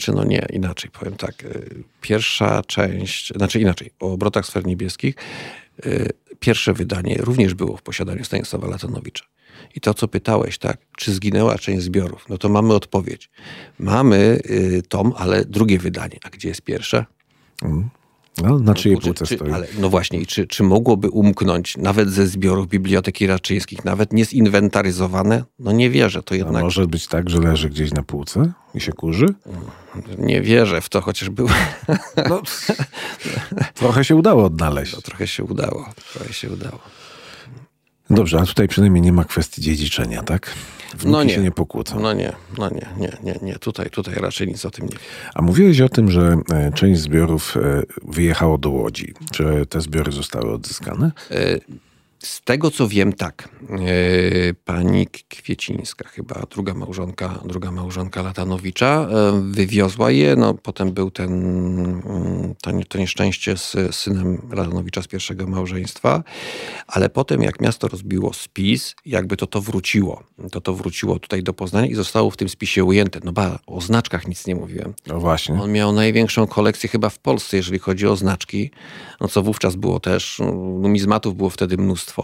Speaker 3: inaczej powiem tak. Pierwsza część, inaczej, o obrotach sfer niebieskich pierwsze wydanie również było w posiadaniu Stanisława Latonowicza. I to, co pytałeś, tak, czy zginęła część zbiorów, no to mamy odpowiedź. Mamy tom, ale drugie wydanie. A gdzie jest pierwsze?
Speaker 2: No, na czyjej półce stoi?
Speaker 3: Ale, no właśnie, i czy mogłoby umknąć nawet ze zbiorów Biblioteki Raczyńskich, nawet niezinwentaryzowane? No nie wierzę. To jednak...
Speaker 2: A może być tak, że leży gdzieś na półce i się kurzy?
Speaker 3: Nie wierzę w to, chociaż było...
Speaker 2: No, trochę się udało odnaleźć.
Speaker 3: No, trochę się udało.
Speaker 2: Dobrze, a tutaj przynajmniej nie ma kwestii dziedziczenia, tak? Wnuki się nie pokłócą.
Speaker 3: No nie. Tutaj raczej nic o tym nie wiem.
Speaker 2: A mówiłeś o tym, że część zbiorów wyjechało do Łodzi. Czy te zbiory zostały odzyskane?
Speaker 3: Z tego, co wiem, tak. Pani Kwiecińska, chyba druga małżonka Latonowicza, wywiozła je. No, potem był to nieszczęście z synem Latonowicza z pierwszego małżeństwa. Ale potem, jak miasto rozbiło spis, jakby to wróciło. To wróciło tutaj do Poznania i zostało w tym spisie ujęte. No o znaczkach nic nie mówiłem.
Speaker 2: No właśnie.
Speaker 3: On miał największą kolekcję chyba w Polsce, jeżeli chodzi o znaczki. No co wówczas było też. Numizmatów było wtedy mnóstwo.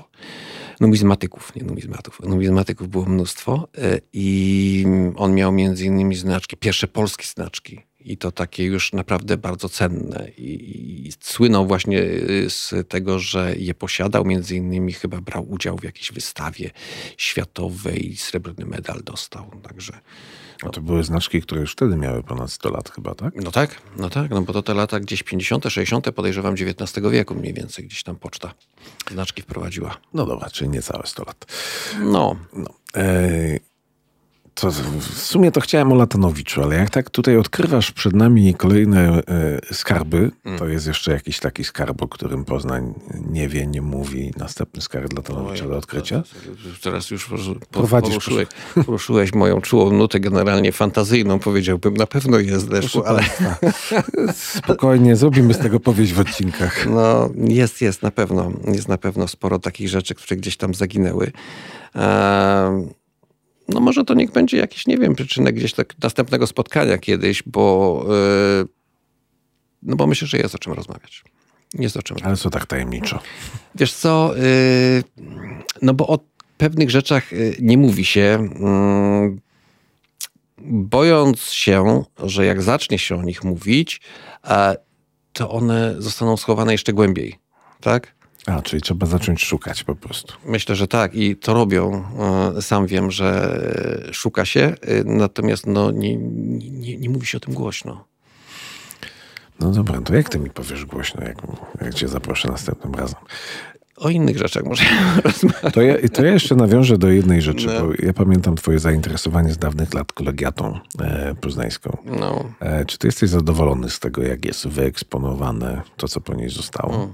Speaker 3: Numizmatyków było mnóstwo i on miał między innymi znaczki, pierwsze polskie znaczki i to takie już naprawdę bardzo cenne i słynął właśnie z tego, że je posiadał, między innymi chyba brał udział w jakiejś wystawie światowej i srebrny medal dostał, także...
Speaker 2: No to były znaczki, które już wtedy miały ponad 100 lat chyba, tak?
Speaker 3: No tak, bo to te lata gdzieś 50., 60., podejrzewam XIX wieku mniej więcej, gdzieś tam poczta znaczki wprowadziła.
Speaker 2: No dobra, czyli niecałe 100 lat.
Speaker 3: No.
Speaker 2: To w sumie to chciałem o Latonowiczu, ale jak tak tutaj odkrywasz przed nami kolejne skarby, to jest jeszcze jakiś taki skarb, o którym Poznań nie wie, nie mówi. Następny skarb Latonowicza do odkrycia?
Speaker 3: Teraz już poruszyłeś moją czułą nutę generalnie fantazyjną, powiedziałbym. Na pewno jest, Leszku, ale...
Speaker 2: Spokojnie, zrobimy z tego powieść w odcinkach.
Speaker 3: No, jest na pewno. Jest na pewno sporo takich rzeczy, które gdzieś tam zaginęły. No może to niech będzie jakiś, nie wiem, przyczynek gdzieś tak następnego spotkania kiedyś, bo myślę, że jest o czym rozmawiać.
Speaker 2: Ale co tak tajemniczo?
Speaker 3: Wiesz co, no bo o pewnych rzeczach nie mówi się, bojąc się, że jak zacznie się o nich mówić, to one zostaną schowane jeszcze głębiej, tak?
Speaker 2: Czyli trzeba zacząć szukać po prostu.
Speaker 3: Myślę, że tak i to robią. Sam wiem, że szuka się, natomiast nie mówi się o tym głośno.
Speaker 2: No dobra, to jak ty mi powiesz głośno, jak cię zaproszę następnym razem?
Speaker 3: O innych rzeczach może rozmawiać.
Speaker 2: To ja jeszcze nawiążę do jednej rzeczy, bo ja pamiętam twoje zainteresowanie z dawnych lat kolegiatą poznańską.
Speaker 3: No.
Speaker 2: Czy ty jesteś zadowolony z tego, jak jest wyeksponowane to, co po niej zostało?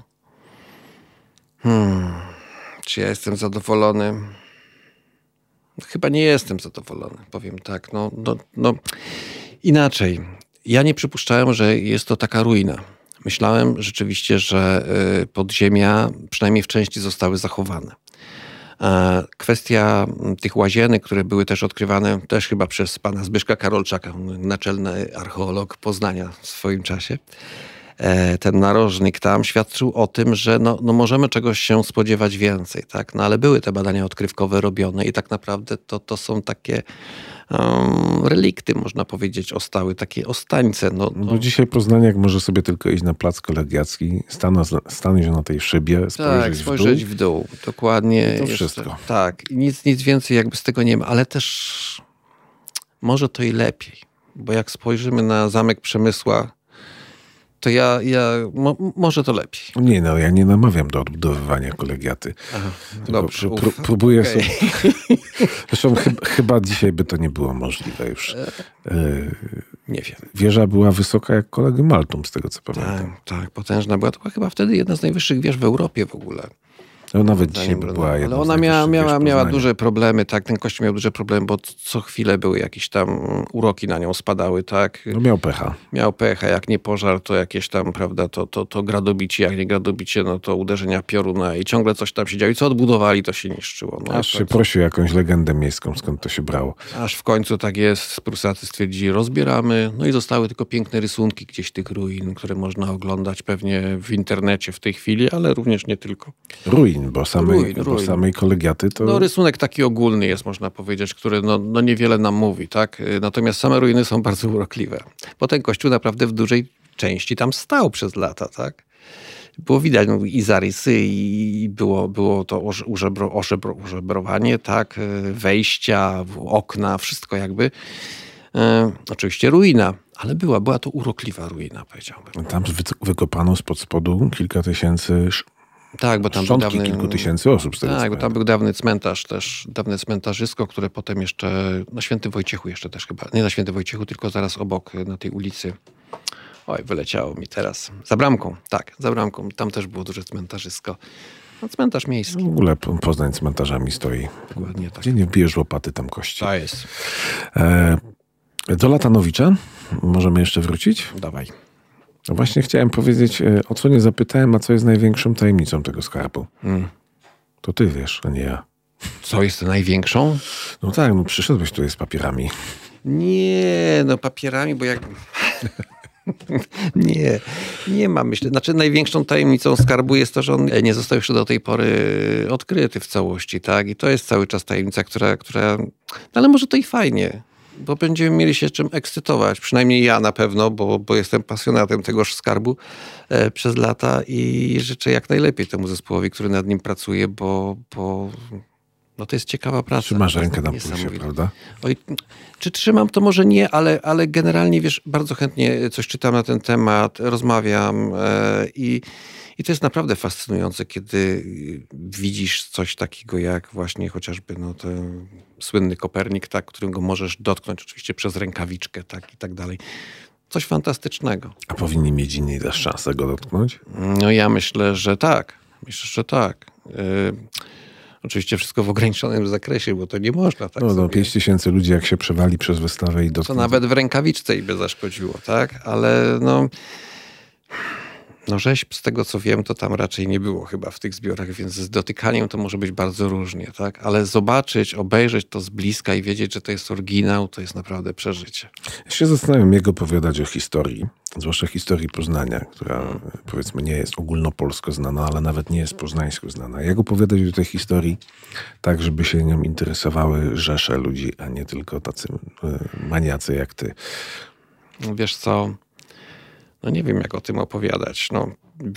Speaker 3: Czy ja jestem zadowolony? Chyba nie jestem zadowolony, powiem tak. No, inaczej. Ja nie przypuszczałem, że jest to taka ruina. Myślałem rzeczywiście, że podziemia przynajmniej w części zostały zachowane. Kwestia tych łazienek, które były też odkrywane też chyba przez pana Zbyszka Karolczaka, naczelny archeolog Poznania w swoim czasie. Ten narożnik tam świadczył o tym, że no możemy czegoś się spodziewać więcej, tak? No ale były te badania odkrywkowe robione i tak naprawdę to są takie relikty, można powiedzieć, ostały, takie ostańce.
Speaker 2: Bo dzisiaj poznaniak może sobie tylko iść na plac kolegiacki, stanąć na tej szybie,
Speaker 3: spojrzeć w dół. Dokładnie.
Speaker 2: To wszystko.
Speaker 3: Tak. I nic więcej jakby z tego nie ma, ale też może to i lepiej, bo jak spojrzymy na Zamek Przemysła, to może to lepiej.
Speaker 2: Nie, ja nie namawiam do odbudowywania kolegiaty.
Speaker 3: Aha, dobrze.
Speaker 2: Próbuję sobie... Zresztą chyba dzisiaj by to nie było możliwe już.
Speaker 3: Nie wiem.
Speaker 2: Wieża była wysoka jak Collegium Maltum, z tego co pamiętam.
Speaker 3: Tak, potężna była. To była chyba wtedy jedna z najwyższych wież w Europie w ogóle.
Speaker 2: No nawet dzisiaj by była jedna.
Speaker 3: Ale ona miała duże problemy, tak, ten kościół miał duże problemy, bo co chwilę były jakieś tam uroki na nią spadały, tak.
Speaker 2: No miał pecha.
Speaker 3: Miał pecha, jak nie pożar, to jakieś tam, prawda, to gradobicie, jak nie gradobicie, no to uderzenia pioruna i ciągle coś tam się działo. I co odbudowali, to się niszczyło. No,
Speaker 2: aż się prosił jakąś legendę miejską, skąd to się brało.
Speaker 3: Aż w końcu tak jest, Prusacy stwierdzili, rozbieramy, no i zostały tylko piękne rysunki gdzieś tych ruin, które można oglądać pewnie w internecie w tej chwili, ale również nie tylko.
Speaker 2: Ruin, bo samej kolegiaty to...
Speaker 3: No rysunek taki ogólny jest, można powiedzieć, który no niewiele nam mówi, tak? Natomiast same ruiny są bardzo urokliwe. Bo ten kościół naprawdę w dużej części tam stał przez lata, tak? Było widać i zarysy, i było to ożebrowanie, tak? Wejścia, okna, wszystko jakby. Oczywiście ruina, ale była to urokliwa ruina, powiedziałbym.
Speaker 2: Tam wykopano spod spodu kilka tysięcy
Speaker 3: tak, bo tam
Speaker 2: szczątki kilku tysięcy osób.
Speaker 3: Tak, bo tam był dawny cmentarz też, dawne cmentarzysko, które potem jeszcze na Świętym Wojciechu jeszcze też chyba, nie na Świętym Wojciechu, tylko zaraz obok na tej ulicy. Oj, wyleciało mi teraz. Za bramką, tak, za bramką. Tam też było duże cmentarzysko. No, cmentarz miejski.
Speaker 2: W ogóle Poznań cmentarzami stoi.
Speaker 3: Dokładnie tak.
Speaker 2: Gdzie nie wbijesz łopaty, tam kości.
Speaker 3: To jest.
Speaker 2: Do Latanowicza możemy jeszcze wrócić?
Speaker 3: Dawaj.
Speaker 2: No właśnie chciałem powiedzieć, o co nie zapytałem, a co jest największą tajemnicą tego skarbu. To ty wiesz, a nie ja.
Speaker 3: Co jest największą?
Speaker 2: No tak, no przyszedłeś tutaj z papierami.
Speaker 3: Nie, no papierami, bo jak... Nie ma, myślę. Znaczy największą tajemnicą skarbu jest to, że on nie został jeszcze do tej pory odkryty w całości, tak? I to jest cały czas tajemnica, która... Ale może to i fajnie, bo będziemy mieli się czym ekscytować. Przynajmniej ja na pewno, bo jestem pasjonatem tegoż skarbu przez lata i życzę jak najlepiej temu zespołowi, który nad nim pracuje, bo no to jest ciekawa praca.
Speaker 2: Trzymasz rękę na pulsie, prawda?
Speaker 3: Oj, czy trzymam, to może nie, ale generalnie, wiesz, bardzo chętnie coś czytam na ten temat, rozmawiam i to jest naprawdę fascynujące, kiedy widzisz coś takiego jak właśnie chociażby ten słynny Kopernik, tak, którym go możesz dotknąć oczywiście przez rękawiczkę, tak, i tak dalej. Coś fantastycznego.
Speaker 2: A powinni mieć inni też szansę go dotknąć?
Speaker 3: No ja myślę, że tak. Oczywiście wszystko w ograniczonym zakresie, bo to nie można tak
Speaker 2: No 5000 ludzi jak się przewali przez wystawę i dotknie.
Speaker 3: To nawet w rękawiczce i by zaszkodziło, tak? Ale rzeźb, z tego co wiem, to tam raczej nie było chyba w tych zbiorach, więc z dotykaniem to może być bardzo różnie, tak? Ale zobaczyć, obejrzeć to z bliska i wiedzieć, że to jest oryginał, to jest naprawdę przeżycie.
Speaker 2: Ja się zastanawiam, jak opowiadać o historii, zwłaszcza historii Poznania, która powiedzmy nie jest ogólnopolsko znana, ale nawet nie jest poznańsko znana. Jak opowiadać o tej historii tak, żeby się nią interesowały rzesze ludzi, a nie tylko tacy maniacy jak ty?
Speaker 3: Wiesz co... No nie wiem, jak o tym opowiadać. No,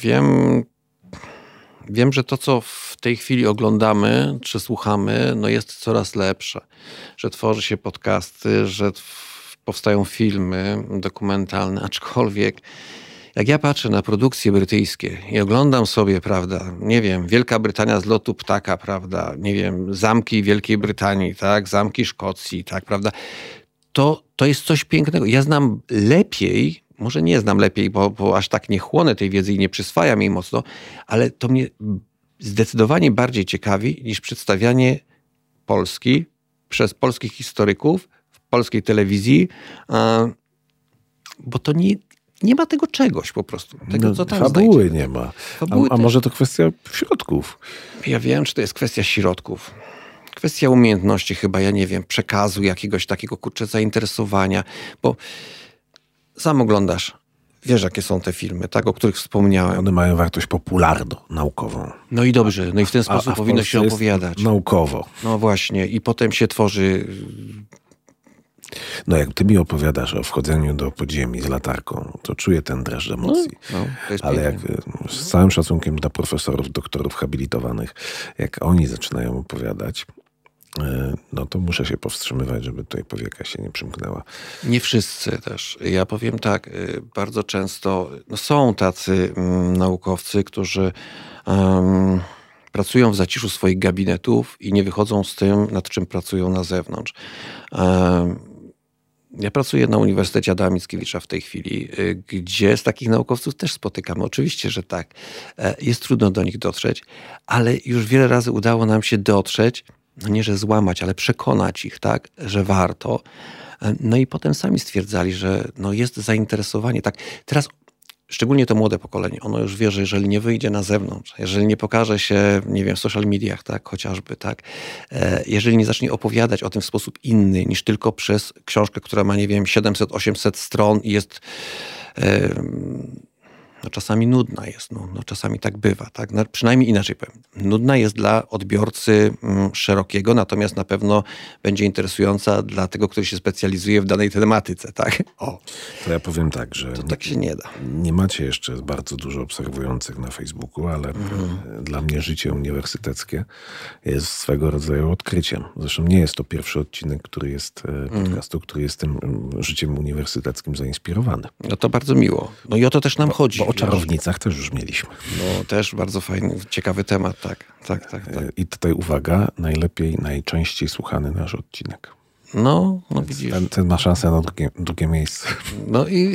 Speaker 3: wiem, że to, co w tej chwili oglądamy czy słuchamy, no jest coraz lepsze. Że tworzy się podcasty, że powstają filmy dokumentalne, aczkolwiek jak ja patrzę na produkcje brytyjskie i oglądam sobie, prawda, nie wiem, Wielka Brytania z lotu ptaka, prawda, nie wiem, zamki Wielkiej Brytanii, tak, zamki Szkocji, tak, prawda, to jest coś pięknego. Ja znam lepiej, może nie znam lepiej, bo aż tak nie chłonę tej wiedzy i nie przyswajam jej mocno, ale to mnie zdecydowanie bardziej ciekawi niż przedstawianie Polski przez polskich historyków w polskiej telewizji, bo to nie ma tego czegoś po prostu. Tego, co tam
Speaker 2: fabuły nie ma. A może to kwestia środków?
Speaker 3: Ja wiem, czy to jest kwestia środków. Kwestia umiejętności chyba, ja nie wiem, przekazu jakiegoś takiego, zainteresowania, bo sam oglądasz, wiesz, jakie są te filmy, tak, o których wspomniałem.
Speaker 2: One mają wartość popularno-naukową.
Speaker 3: No i dobrze, no i w ten sposób powinno się opowiadać.
Speaker 2: Naukowo.
Speaker 3: No właśnie, i potem się tworzy...
Speaker 2: No jak ty mi opowiadasz o wchodzeniu do podziemi z latarką, to czuję ten dreszcz emocji. Ale jak z całym szacunkiem dla profesorów, doktorów habilitowanych, jak oni zaczynają opowiadać, no to muszę się powstrzymywać, żeby tutaj powieka się nie przymknęła.
Speaker 3: Nie wszyscy też. Ja powiem tak, bardzo często są tacy naukowcy, którzy pracują w zaciszu swoich gabinetów i nie wychodzą z tym, nad czym pracują na zewnątrz. Ja pracuję na Uniwersytecie Adama Mickiewicza w tej chwili, gdzie z takich naukowców też spotykamy. Oczywiście, że tak. Jest trudno do nich dotrzeć, ale już wiele razy udało nam się dotrzeć, no nie, że złamać, ale przekonać ich, tak, że warto. No i potem sami stwierdzali, że no jest zainteresowanie. Tak, teraz szczególnie to młode pokolenie, ono już wie, że jeżeli nie wyjdzie na zewnątrz, jeżeli nie pokaże się, nie wiem, w social mediach, tak, chociażby, tak, jeżeli nie zacznie opowiadać o tym w sposób inny niż tylko przez książkę, która ma, nie wiem, 700-800 stron i jest no czasami nudna jest, no czasami tak bywa, tak? No, przynajmniej inaczej powiem. Nudna jest dla odbiorcy szerokiego, natomiast na pewno będzie interesująca dla tego, który się specjalizuje w danej tematyce, tak? O.
Speaker 2: To ja powiem tak, że
Speaker 3: to tak się nie da.
Speaker 2: Nie macie jeszcze bardzo dużo obserwujących na Facebooku, ale dla mnie życie uniwersyteckie jest swego rodzaju odkryciem. Zresztą nie jest to pierwszy odcinek, który jest podcastu, który jest tym życiem uniwersyteckim zainspirowany.
Speaker 3: No to bardzo miło. No i o to też nam chodzi.
Speaker 2: O czarownicach też już mieliśmy.
Speaker 3: No też bardzo fajny, ciekawy temat, tak.
Speaker 2: I tutaj uwaga, najczęściej słuchany nasz odcinek.
Speaker 3: No widzisz.
Speaker 2: Ten ma szansę na drugie miejsce.
Speaker 3: No i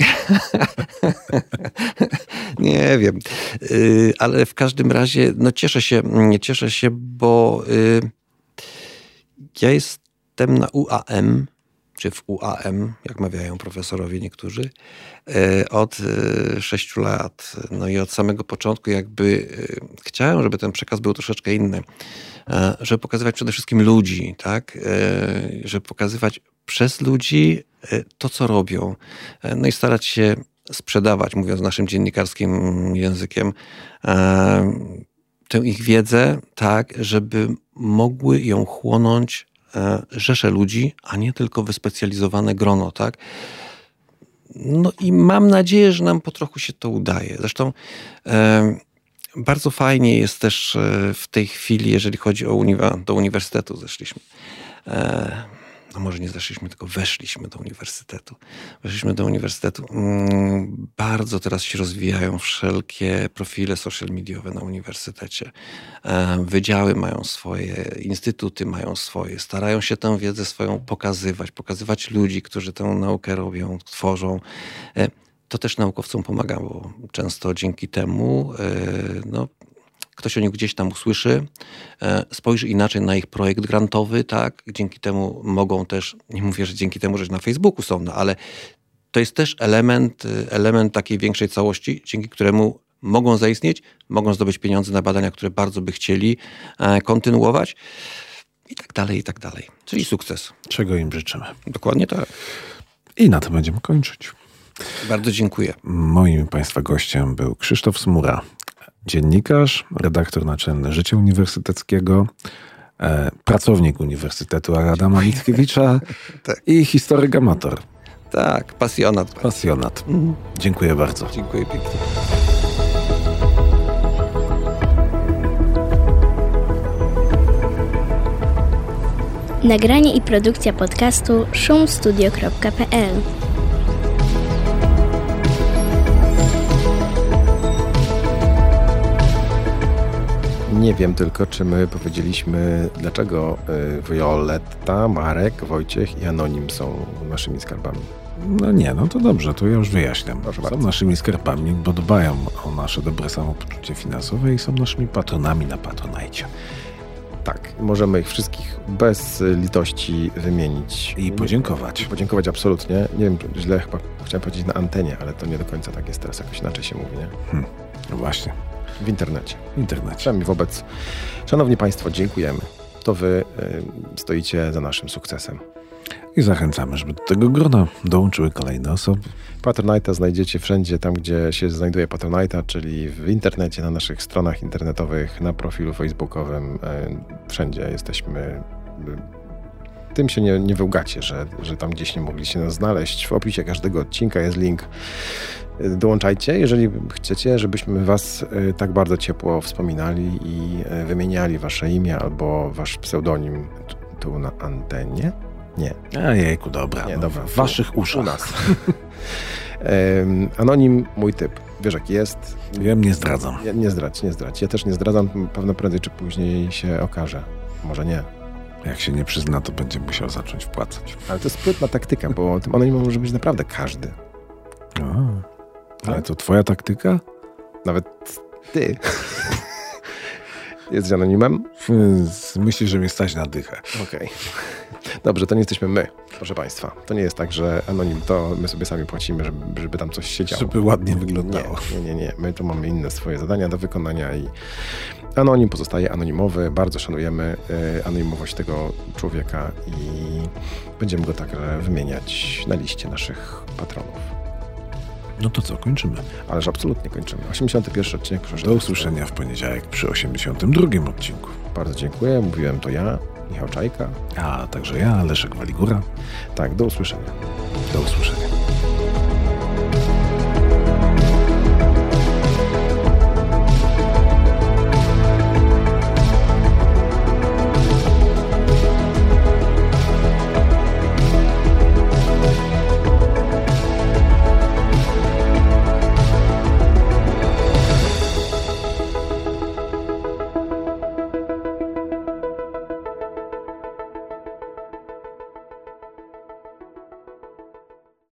Speaker 3: nie wiem, ale w każdym razie no cieszę się, bo ja jestem na UAM, czy w UAM, jak mawiają profesorowie niektórzy, od 6 lat. No i od samego początku jakby chciałem, żeby ten przekaz był troszeczkę inny. Żeby pokazywać przede wszystkim ludzi, tak? Żeby pokazywać przez ludzi to, co robią. No i starać się sprzedawać, mówiąc naszym dziennikarskim językiem, tę ich wiedzę tak, żeby mogły ją chłonąć rzesze ludzi, a nie tylko wyspecjalizowane grono, tak? No i mam nadzieję, że nam po trochu się to udaje. Zresztą bardzo fajnie jest też w tej chwili, jeżeli chodzi o do uniwersytetu zeszliśmy. No może nie zeszliśmy, tylko weszliśmy do uniwersytetu. Bardzo teraz się rozwijają wszelkie profile social mediowe na uniwersytecie. Wydziały mają swoje, instytuty mają swoje. Starają się tę wiedzę swoją pokazywać ludzi, którzy tę naukę robią, tworzą. To też naukowcom pomaga, bo często dzięki temu ktoś o nich gdzieś tam usłyszy, spojrzy inaczej na ich projekt grantowy, tak? Dzięki temu mogą też, nie mówię, że dzięki temu, że na Facebooku są, no ale to jest też element takiej większej całości, dzięki któremu mogą zaistnieć, mogą zdobyć pieniądze na badania, które bardzo by chcieli kontynuować i tak dalej. Czyli sukces.
Speaker 2: Czego im życzymy.
Speaker 3: Dokładnie tak.
Speaker 2: I na tym będziemy kończyć.
Speaker 3: Bardzo dziękuję.
Speaker 2: Moim Państwa gościem był Krzysztof Smura, dziennikarz, redaktor naczelny Życia Uniwersyteckiego, pracownik Uniwersytetu Adama Mickiewicza
Speaker 3: tak.
Speaker 2: I historyk amator.
Speaker 3: Tak, pasjonat.
Speaker 2: Dziękuję bardzo.
Speaker 3: Dziękuję pięknie.
Speaker 4: Nagranie i produkcja podcastu szumstudio.pl.
Speaker 1: Nie wiem tylko, czy my powiedzieliśmy, dlaczego Violetta, Marek, Wojciech i Anonim są naszymi skarbami.
Speaker 2: No nie, no to dobrze, to ja już wyjaśniam.
Speaker 1: Proszę
Speaker 2: są
Speaker 1: bardzo.
Speaker 2: Naszymi skarbami, bo dbają o nasze dobre samopoczucie finansowe i są naszymi patronami na Patronite.
Speaker 1: Tak, możemy ich wszystkich bez litości wymienić.
Speaker 2: I podziękować.
Speaker 1: Podziękować absolutnie. Nie wiem, źle chyba chciałem powiedzieć na antenie, ale to nie do końca tak jest teraz, jakoś inaczej się mówi, nie?
Speaker 2: No właśnie.
Speaker 1: W internecie.
Speaker 2: Przynajmniej
Speaker 1: wobec. Szanowni Państwo, dziękujemy. To Wy stoicie za naszym sukcesem.
Speaker 2: I zachęcamy, żeby do tego grona dołączyły kolejne osoby.
Speaker 1: Patronite'a znajdziecie wszędzie tam, gdzie się znajduje Patronite'a, czyli w internecie, na naszych stronach internetowych, na profilu facebookowym. Wszędzie jesteśmy. Tym się nie wyłgacie, że tam gdzieś nie mogliście nas znaleźć. W opisie każdego odcinka jest link. Dołączajcie, jeżeli chcecie, żebyśmy Was tak bardzo ciepło wspominali i wymieniali Wasze imię albo Wasz pseudonim tu na antenie. Nie.
Speaker 2: Jejku, dobra.
Speaker 1: Nie, dobra.
Speaker 2: W Waszych uszach.
Speaker 1: U nas. Anonim, mój typ. Wiesz, jaki jest?
Speaker 2: Wiem, nie zdradzam.
Speaker 1: Nie zdradź. Ja też nie zdradzam. Pewno prędzej czy później się okaże. Może nie.
Speaker 2: Jak się nie przyzna, to będzie musiał zacząć wpłacać.
Speaker 1: Ale to jest sprytna taktyka, bo tym anonimem może być naprawdę każdy.
Speaker 2: Ale to twoja taktyka?
Speaker 1: Nawet ty. Jesteś anonimem?
Speaker 2: Myślisz, że mnie stać na dychę.
Speaker 1: Okej. Dobrze, to nie jesteśmy my, proszę państwa. To nie jest tak, że anonim to my sobie sami płacimy, żeby tam coś się działo.
Speaker 2: Żeby ładnie wyglądało.
Speaker 1: Nie. My tu mamy inne swoje zadania do wykonania i anonim pozostaje anonimowy. Bardzo szanujemy anonimowość tego człowieka i będziemy go także wymieniać na liście naszych patronów.
Speaker 2: No to co, kończymy?
Speaker 1: Ależ absolutnie kończymy. 81 odcinek.
Speaker 2: Do usłyszenia w poniedziałek przy 82 odcinku.
Speaker 1: Bardzo dziękuję. Mówiłem to ja, Michał Czajka.
Speaker 2: A także ja, Leszek Waligura.
Speaker 1: Tak, do usłyszenia.
Speaker 2: Do usłyszenia.